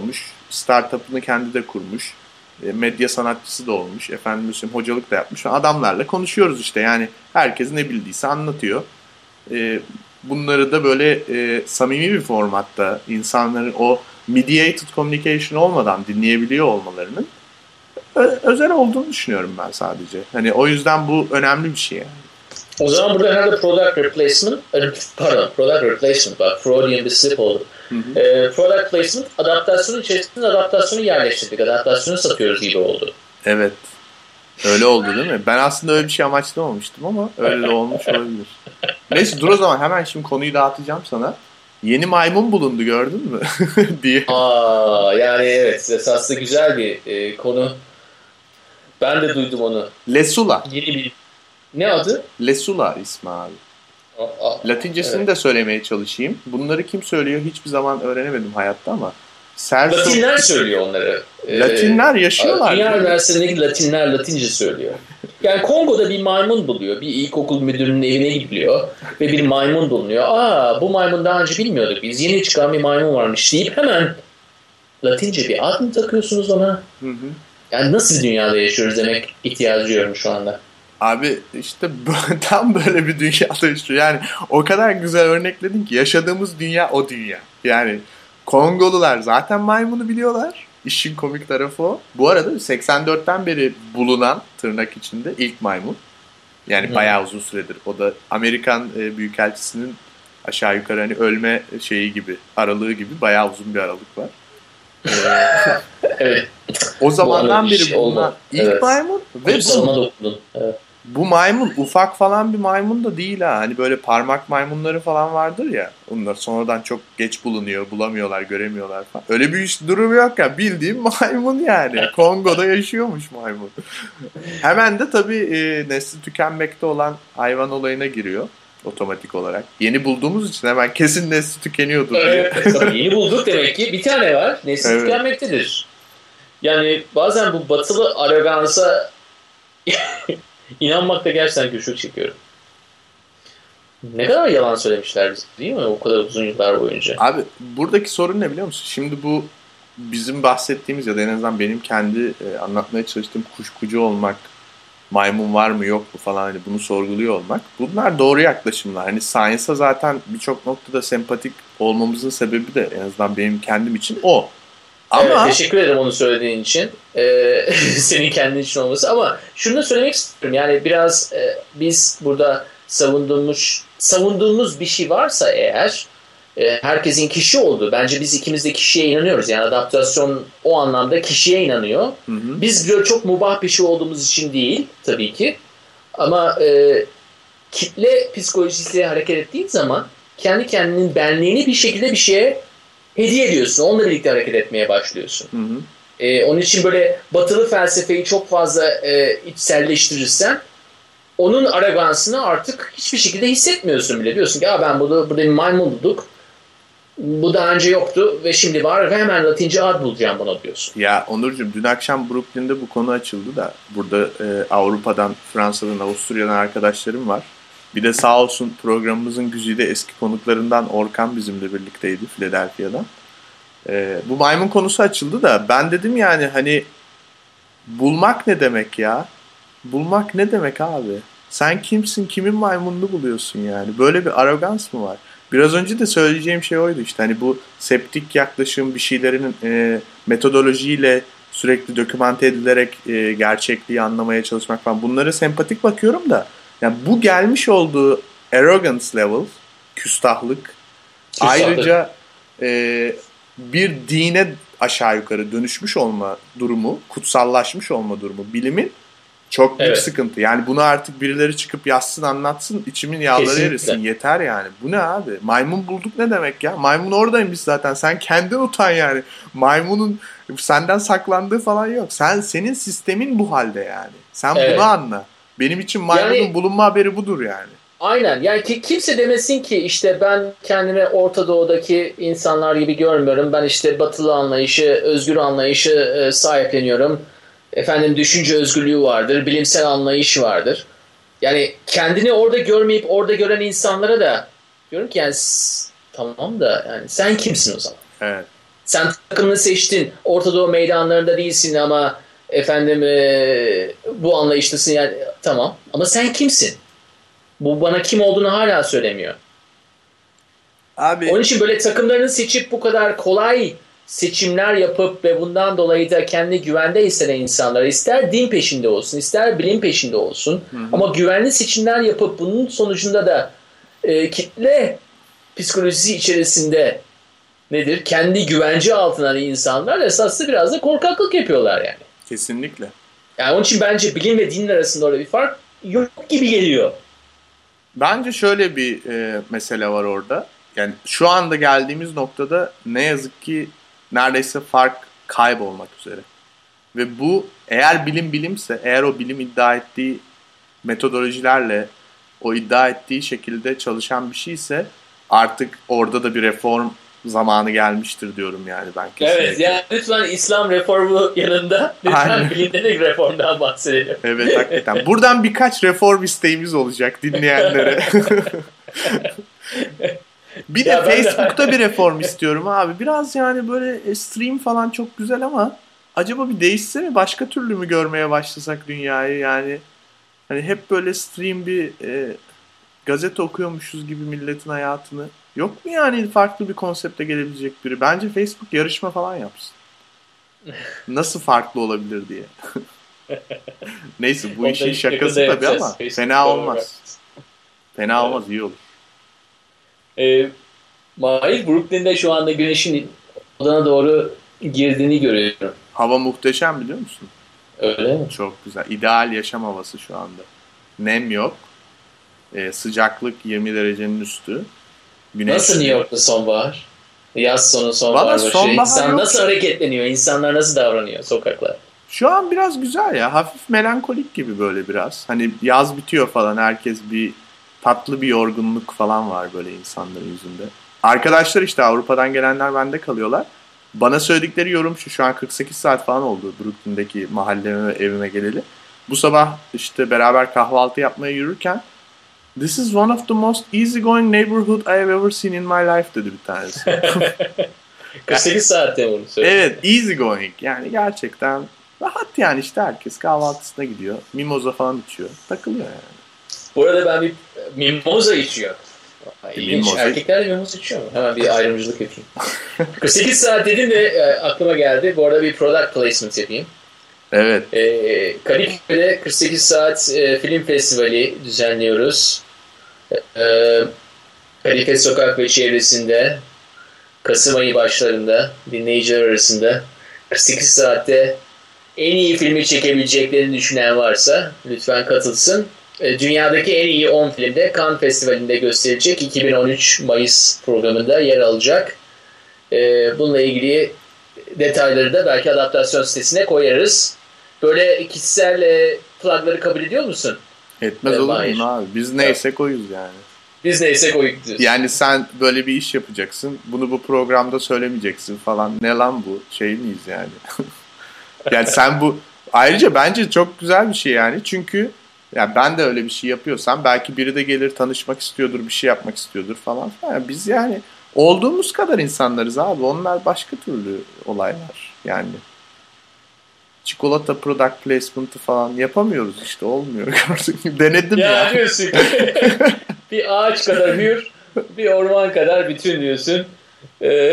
startup'ını kendi de kurmuş. E, medya sanatçısı da olmuş. Efendim mesela hocalık da yapmış. Adamlarla konuşuyoruz işte. Yani herkes ne bildiyse anlatıyor. E, bunları da böyle e, samimi bir formatta insanların o mediated communication olmadan dinleyebiliyor olmalarının ö- özel olduğunu düşünüyorum ben sadece. Hani o yüzden bu önemli bir şey yani. O zaman burada herhalde product replacement, pardon product replacement var. Freudian bir slip oldu. Hı hı. E, product placement, adaptasyonun içerisinde adaptasyonu yerleştirdik. Adaptasyonu satıyoruz gibi oldu. Evet. Öyle oldu değil mi? Ben aslında öyle bir şey amaçlamamıştım ama öyle de olmuş olabilir. Neyse dur o zaman hemen şimdi konuyu dağıtacağım sana. Yeni maymun bulundu gördün mü? diye. Aa, yani evet esaslı güzel bir e, konu. Ben de duydum onu. Lesula. Yeni bir... Ne adı? Lesula ismi abi. Aa, aa, Latincesini evet. de söylemeye çalışayım. Bunları kim söylüyor hiçbir zaman öğrenemedim hayatta ama. Serso... Latinler söylüyor onları. Latinler yaşıyorlar. Dünya üniversitelerindeki Latinler Latince söylüyor. Yani Kongo'da bir maymun buluyor. Bir ilkokul müdürünün evine gidiyor. Ve bir maymun bulunuyor. Aa bu maymun daha önce bilmiyorduk. Biz yeni çıkan bir maymun varmış deyip hemen Latince bir ad mı takıyorsunuz ona? Hı hı. Yani nasıl bir dünyada yaşıyoruz demek ihtiyacı duyuyorum şu anda. Abi işte tam böyle bir dünyada yaşıyor. Yani o kadar güzel örnekledin ki yaşadığımız dünya o dünya. Yani Kongolular zaten maymunu biliyorlar. İşin komik tarafı o. Bu arada seksen dörtten beri bulunan tırnak içinde ilk maymun. Yani hmm. bayağı uzun süredir. O da Amerikan e, Büyükelçisi'nin aşağı yukarı hani ölme şeyi gibi, aralığı gibi bayağı uzun bir aralık var. Evet. O zamandan beri bulunan ilk evet. maymun ve bu, evet. bu maymun ufak falan bir maymun da değil ha. Hani böyle parmak maymunları falan vardır ya. Onlar sonradan çok geç bulunuyor, bulamıyorlar, göremiyorlar falan. Öyle bir iş durumu yok ya. Bildiğim maymun yani. Kongo'da yaşıyormuş maymun. Hemen de tabii e, nesli tükenmekte olan hayvan olayına giriyor. Otomatik olarak. Yeni bulduğumuz için hemen kesin nesli tükeniyordur diye. Evet, yeni bulduk demek ki. Bir tane var. Nesli evet. tükenmektedir. Yani bazen bu batılı arogansa inanmakta gerçekten güçlük çekiyorum. Ne kadar yalan söylemişler değil mi? O kadar uzun yıllar boyunca. Abi buradaki sorun ne biliyor musun? Şimdi bu bizim bahsettiğimiz ya da en azından benim kendi e, anlatmaya çalıştığım kuşkucu olmak, maymun var mı yok mu falan hani bunu sorguluyor olmak. Bunlar doğru yaklaşımlar. Hani science'a zaten birçok noktada sempatik olmamızın sebebi de en azından benim kendim için o. Ama... Evet, teşekkür ederim onu söylediğin için. Ee, senin kendin için olması. Ama şunu da söylemek istiyorum. Yani biraz e, biz burada savunduğumuz savunduğumuz bir şey varsa eğer e, herkesin kişi olduğu. Bence biz ikimiz de kişiye inanıyoruz. Yani adaptasyon o anlamda kişiye inanıyor. Hı hı. Biz böyle çok mubah bir şey olduğumuz için değil tabii ki. Ama e, kitle psikolojisiyle hareket ettiğin zaman kendi kendinin benliğini bir şekilde bir şeye hediye ediyorsun. Onunla birlikte hareket etmeye başlıyorsun. Hı hı. Ee, onun için böyle batılı felsefeyi çok fazla e, içselleştirirsen onun aragansını artık hiçbir şekilde hissetmiyorsun bile. Diyorsun ki ya ben burada, burada bir maymun bulduk. Bu daha önce yoktu ve şimdi var ve hemen Latince ad bulacağım buna diyorsun. Ya Onurcuğum dün akşam Brooklyn'de bu konu açıldı da burada e, Avrupa'dan, Fransa'dan, Avusturya'dan arkadaşlarım var. Bir de sağ olsun programımızın güzide eski konuklarından Orkan bizimle birlikteydi Philadelphia'dan. Ee, bu maymun konusu açıldı da ben dedim yani hani bulmak ne demek ya? Bulmak ne demek abi? Sen kimsin? Kimin maymununu buluyorsun yani? Böyle bir arogans mı var? Biraz önce de söyleyeceğim şey oydu işte. Hani bu septik yaklaşım bir şeylerin e, metodolojiyle sürekli dokümante edilerek e, gerçekliği anlamaya çalışmak falan. Bunlara sempatik bakıyorum da yani bu gelmiş olduğu arrogance level, küstahlık, küstahlık. ayrıca e, bir dine aşağı yukarı dönüşmüş olma durumu, kutsallaşmış olma durumu bilimin çok büyük evet. sıkıntı. Yani bunu artık birileri çıkıp yazsın anlatsın içimin yağları erisin. Yeter yani. Bu ne abi? Maymun bulduk ne demek ya? Maymun oradaymış zaten. Sen kendin utan yani. Maymunun senden saklandığı falan yok. Sen senin sistemin bu halde yani. Sen evet. bunu anla. Benim için maymunun yani, bulunma haberi budur yani. Aynen. Yani ki kimse demesin ki işte ben kendimi Orta Doğu'daki insanlar gibi görmüyorum. Ben işte batılı anlayışı, özgür anlayışı e, sahipleniyorum. Efendim düşünce özgürlüğü vardır, bilimsel anlayış vardır. Yani kendini orada görmeyip orada gören insanlara da diyorum ki yani tamam da yani sen kimsin o zaman? Evet. Sen takımını seçtin. Orta Doğu meydanlarında değilsin ama efendim e, bu anlayışlısın yani tamam. Ama sen kimsin? Bu bana kim olduğunu hala söylemiyor. Abi. Onun için böyle takımlarını seçip bu kadar kolay seçimler yapıp ve bundan dolayı da kendi güvende hisseden insanlar ister din peşinde olsun ister bilim peşinde olsun Hı hı. ama güvenli seçimler yapıp bunun sonucunda da e, kitle psikolojisi içerisinde nedir? Kendi güvence altına insanlar esasında biraz da korkaklık yapıyorlar yani. Kesinlikle. Yani onun için bence bilim ve din arasında orada bir fark yok gibi geliyor. Bence şöyle bir e, mesele var orada. Yani şu anda geldiğimiz noktada ne yazık ki neredeyse fark kaybolmak üzere. Ve bu eğer bilim bilimse, eğer o bilim iddia ettiği metodolojilerle, o iddia ettiği şekilde çalışan bir şeyse artık orada da bir reform zamanı gelmiştir diyorum yani ben kesinlikle. Evet yani lütfen İslam reformu yanında lütfen Aynen. bilimde de reformdan bahsedelim. Evet hakikaten. Buradan birkaç reform isteğimiz olacak dinleyenlere. Bir de Ya ben de- Facebook'ta bir reform istiyorum abi. Biraz yani böyle stream falan çok güzel ama acaba bir değişse mi? Başka türlü mü görmeye başlasak dünyayı yani? Hani hep böyle stream bir e, gazete okuyormuşuz gibi milletin hayatını. Yok mu yani farklı bir konsepte gelebilecek biri? Bence Facebook yarışma falan yapsın. Nasıl farklı olabilir diye. Neyse bu Onu işin da şakası yakında tabii yapacağız. ama Facebook'ta fena olarak. olmaz. Fena olmaz, iyi olur. Ee, Mahir Brooklyn'de şu anda güneşin odana doğru girdiğini görüyorum. Hava muhteşem biliyor musun? Öyle mi? Çok güzel. İdeal yaşam havası şu anda. Nem yok. Ee, sıcaklık yirmi derecenin üstü. Güneş. Nasıl New York'ta sonbahar? Yaz sonu sonbahar Valla başı. sonbahar İnsan yok. nasıl hareketleniyor? İnsanlar nasıl davranıyor sokaklar? Şu an biraz güzel ya. Hafif melankolik gibi böyle biraz. Hani yaz bitiyor falan. Herkes bir tatlı bir yorgunluk falan var böyle insanların yüzünde. Arkadaşlar işte Avrupa'dan gelenler bende kalıyorlar. Bana söyledikleri yorum şu. Şu an kırk sekiz saat falan oldu Brooklyn'deki mahalleme ve evime geleli. Bu sabah işte beraber kahvaltı yapmaya yürürken "This is one of the most easygoing neighborhood I have ever seen in my life" dedi bir tanesi. kırk sekiz saatte mi bunu söylüyor? Evet, easygoing. Yani gerçekten rahat yani işte herkes kahvaltısına gidiyor. Mimoza falan içiyor. Takılıyor yani. Bu arada ben bir mimoza içiyor. İlginç. Mimoza. Erkekler de mimoza içiyor mu? Hemen bir ayrımcılık yapayım. kırk sekiz saat dedim de e, aklıma geldi. Bu arada bir product placement yapayım. Evet. E, Kadıköy'de kırk sekiz saat e, film festivali düzenliyoruz. E, Kadife Sokak ve çevresinde Kasım ayı başlarında dinleyiciler arasında kırk sekiz saatte en iyi filmi çekebileceklerini düşünen varsa lütfen katılsın. Dünyadaki en iyi on filmde Cannes Festivali'nde gösterilecek. iki bin on üç Mayıs programında yer alacak. Bununla ilgili detayları da belki adaptasyon sitesine koyarız. Böyle kişisel plugları kabul ediyor musun? Etmez Evet, olur hayır. mu abi? Biz neyse koyuz yani. Biz neyse koyup diyoruz. Yani sen böyle bir iş yapacaksın. Bunu bu programda söylemeyeceksin falan. Ne lan bu? Şey miyiz yani? Yani sen bu... Ayrıca bence çok güzel bir şey yani. Çünkü yani ben de öyle bir şey yapıyorsam belki biri de gelir tanışmak istiyordur, bir şey yapmak istiyordur falan. Yani biz yani olduğumuz kadar insanlarız abi. Onlar başka türlü olaylar yani. Çikolata product placement'ı falan yapamıyoruz işte. Olmuyor. Denedim ya. Ya diyorsun ki bir ağaç kadar hür, bir orman kadar bütün diyorsun. Ee,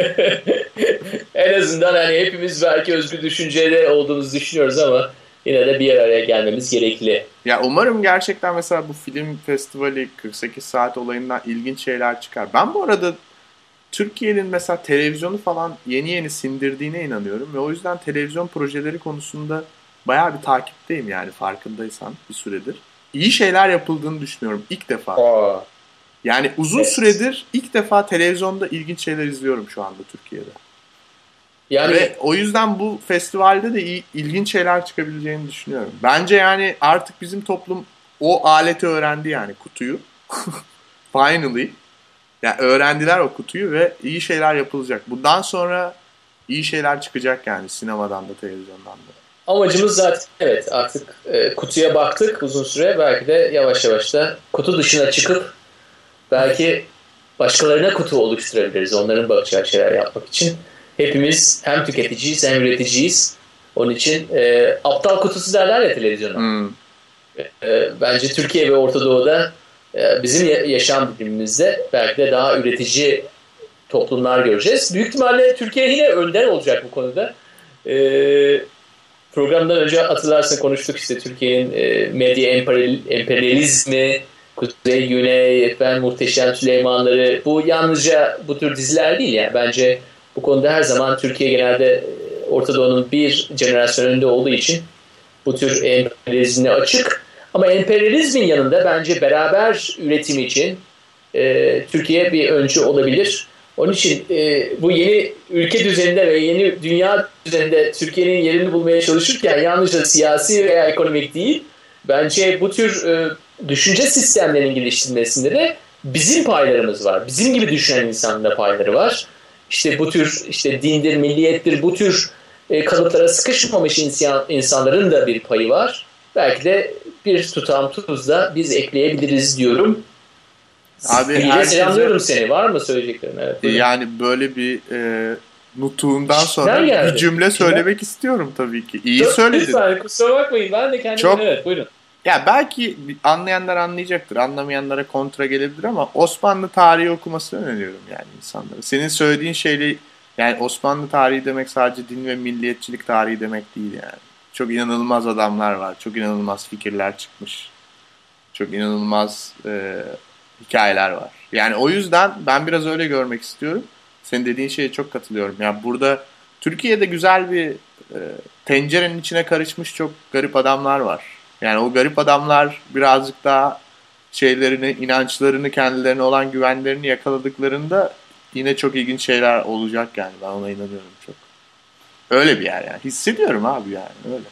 en azından hani hepimiz belki özgür düşünceli olduğumuzu düşünüyoruz ama yine de bir araya gelmemiz gerekli. Ya umarım gerçekten mesela bu film festivali kırk sekiz saat olayından ilginç şeyler çıkar. Ben bu arada Türkiye'nin mesela televizyonu falan yeni yeni sindirdiğine inanıyorum ve o yüzden televizyon projeleri konusunda bayağı bir takipteyim yani farkındaysan bir süredir. İyi şeyler yapıldığını düşünüyorum ilk defa. Aa. Yani uzun Evet. süredir ilk defa televizyonda ilginç şeyler izliyorum şu anda Türkiye'de. Yani Ve o yüzden bu festivalde de iyi, ilginç şeyler çıkabileceğini düşünüyorum. Bence yani artık bizim toplum o aleti öğrendi yani kutuyu. Finally. Yani öğrendiler o kutuyu ve iyi şeyler yapılacak. Bundan sonra iyi şeyler çıkacak yani sinemadan da televizyondan da. amacımız zaten evet artık e, kutuya baktık uzun süre, belki de yavaş yavaş da kutu dışına çıkıp belki başkalarına kutu oluşturabiliriz onların bakacağı şeyler yapmak için. hepimiz hem tüketiciyiz hem üreticiyiz. Onun için e, aptal kutusu derler ya televizyona. Hmm. E, bence Türkiye ve Orta Doğu'da e, bizim yaşam biçimimizde belki de daha üretici toplumlar göreceğiz. Büyük ihtimalle Türkiye yine önder olacak bu konuda. E, programdan önce hatırlarsın konuştuk işte Türkiye'nin e, medya emperyalizmi, Kuzey Güney, ben Muhteşem Süleymanları. Bu yalnızca bu tür diziler değil yani. Bence bu konuda her zaman Türkiye genelde Orta Doğu'nun bir jenerasyon önünde olduğu için bu tür emperyalizmine açık. Ama emperyalizmin yanında bence beraber üretim için e, Türkiye bir öncü olabilir. Onun için e, bu yeni ülke düzeninde ve yeni dünya düzeninde Türkiye'nin yerini bulmaya çalışırken yalnızca siyasi veya ekonomik değil, bence bu tür e, düşünce sistemlerinin geliştirilmesinde de bizim paylarımız var. Bizim gibi düşünen insanların da payları var. İşte bu tür işte dindir, milliyettir, bu tür e, kalıplara sıkışmamış insan, insanların da bir payı var. Belki de bir tutam tuz da biz ekleyebiliriz diyorum. Abi herkese... selamlıyorum seni. Var mı söyleyeceklerin? Evet, yani böyle bir e, nutuğundan sonra bir cümle söylemek istiyorum tabii ki. İyi Çok söyledin. Lütfen kusura bakmayın. Ben de kendime Çok... evet buyurun. Ya belki anlayanlar anlayacaktır, anlamayanlara kontra gelebilir ama Osmanlı tarihi okumasını öneriyorum yani insanlara. Senin söylediğin şeyle yani Osmanlı tarihi demek sadece din ve milliyetçilik tarihi demek değil yani. Çok inanılmaz adamlar var, çok inanılmaz fikirler çıkmış, çok inanılmaz e, hikayeler var. Yani o yüzden ben biraz öyle görmek istiyorum. Senin dediğin şeye çok katılıyorum. Yani burada Türkiye'de güzel bir e, tencerenin içine karışmış çok garip adamlar var. Yani o garip adamlar birazcık daha şeylerini, inançlarını, kendilerine olan güvenlerini yakaladıklarında yine çok ilginç şeyler olacak yani. Ben ona inanıyorum çok. Öyle bir yer yani. Hissediyorum abi yani öyle.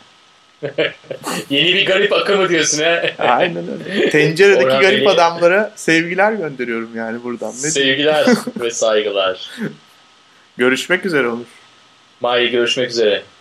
Yeni bir garip akımı diyorsun ha. Aynen öyle. Tenceredeki Orhan garip beni... adamlara sevgiler gönderiyorum yani buradan. Ne sevgiler ve saygılar. Görüşmek üzere Onur. Mahir görüşmek üzere.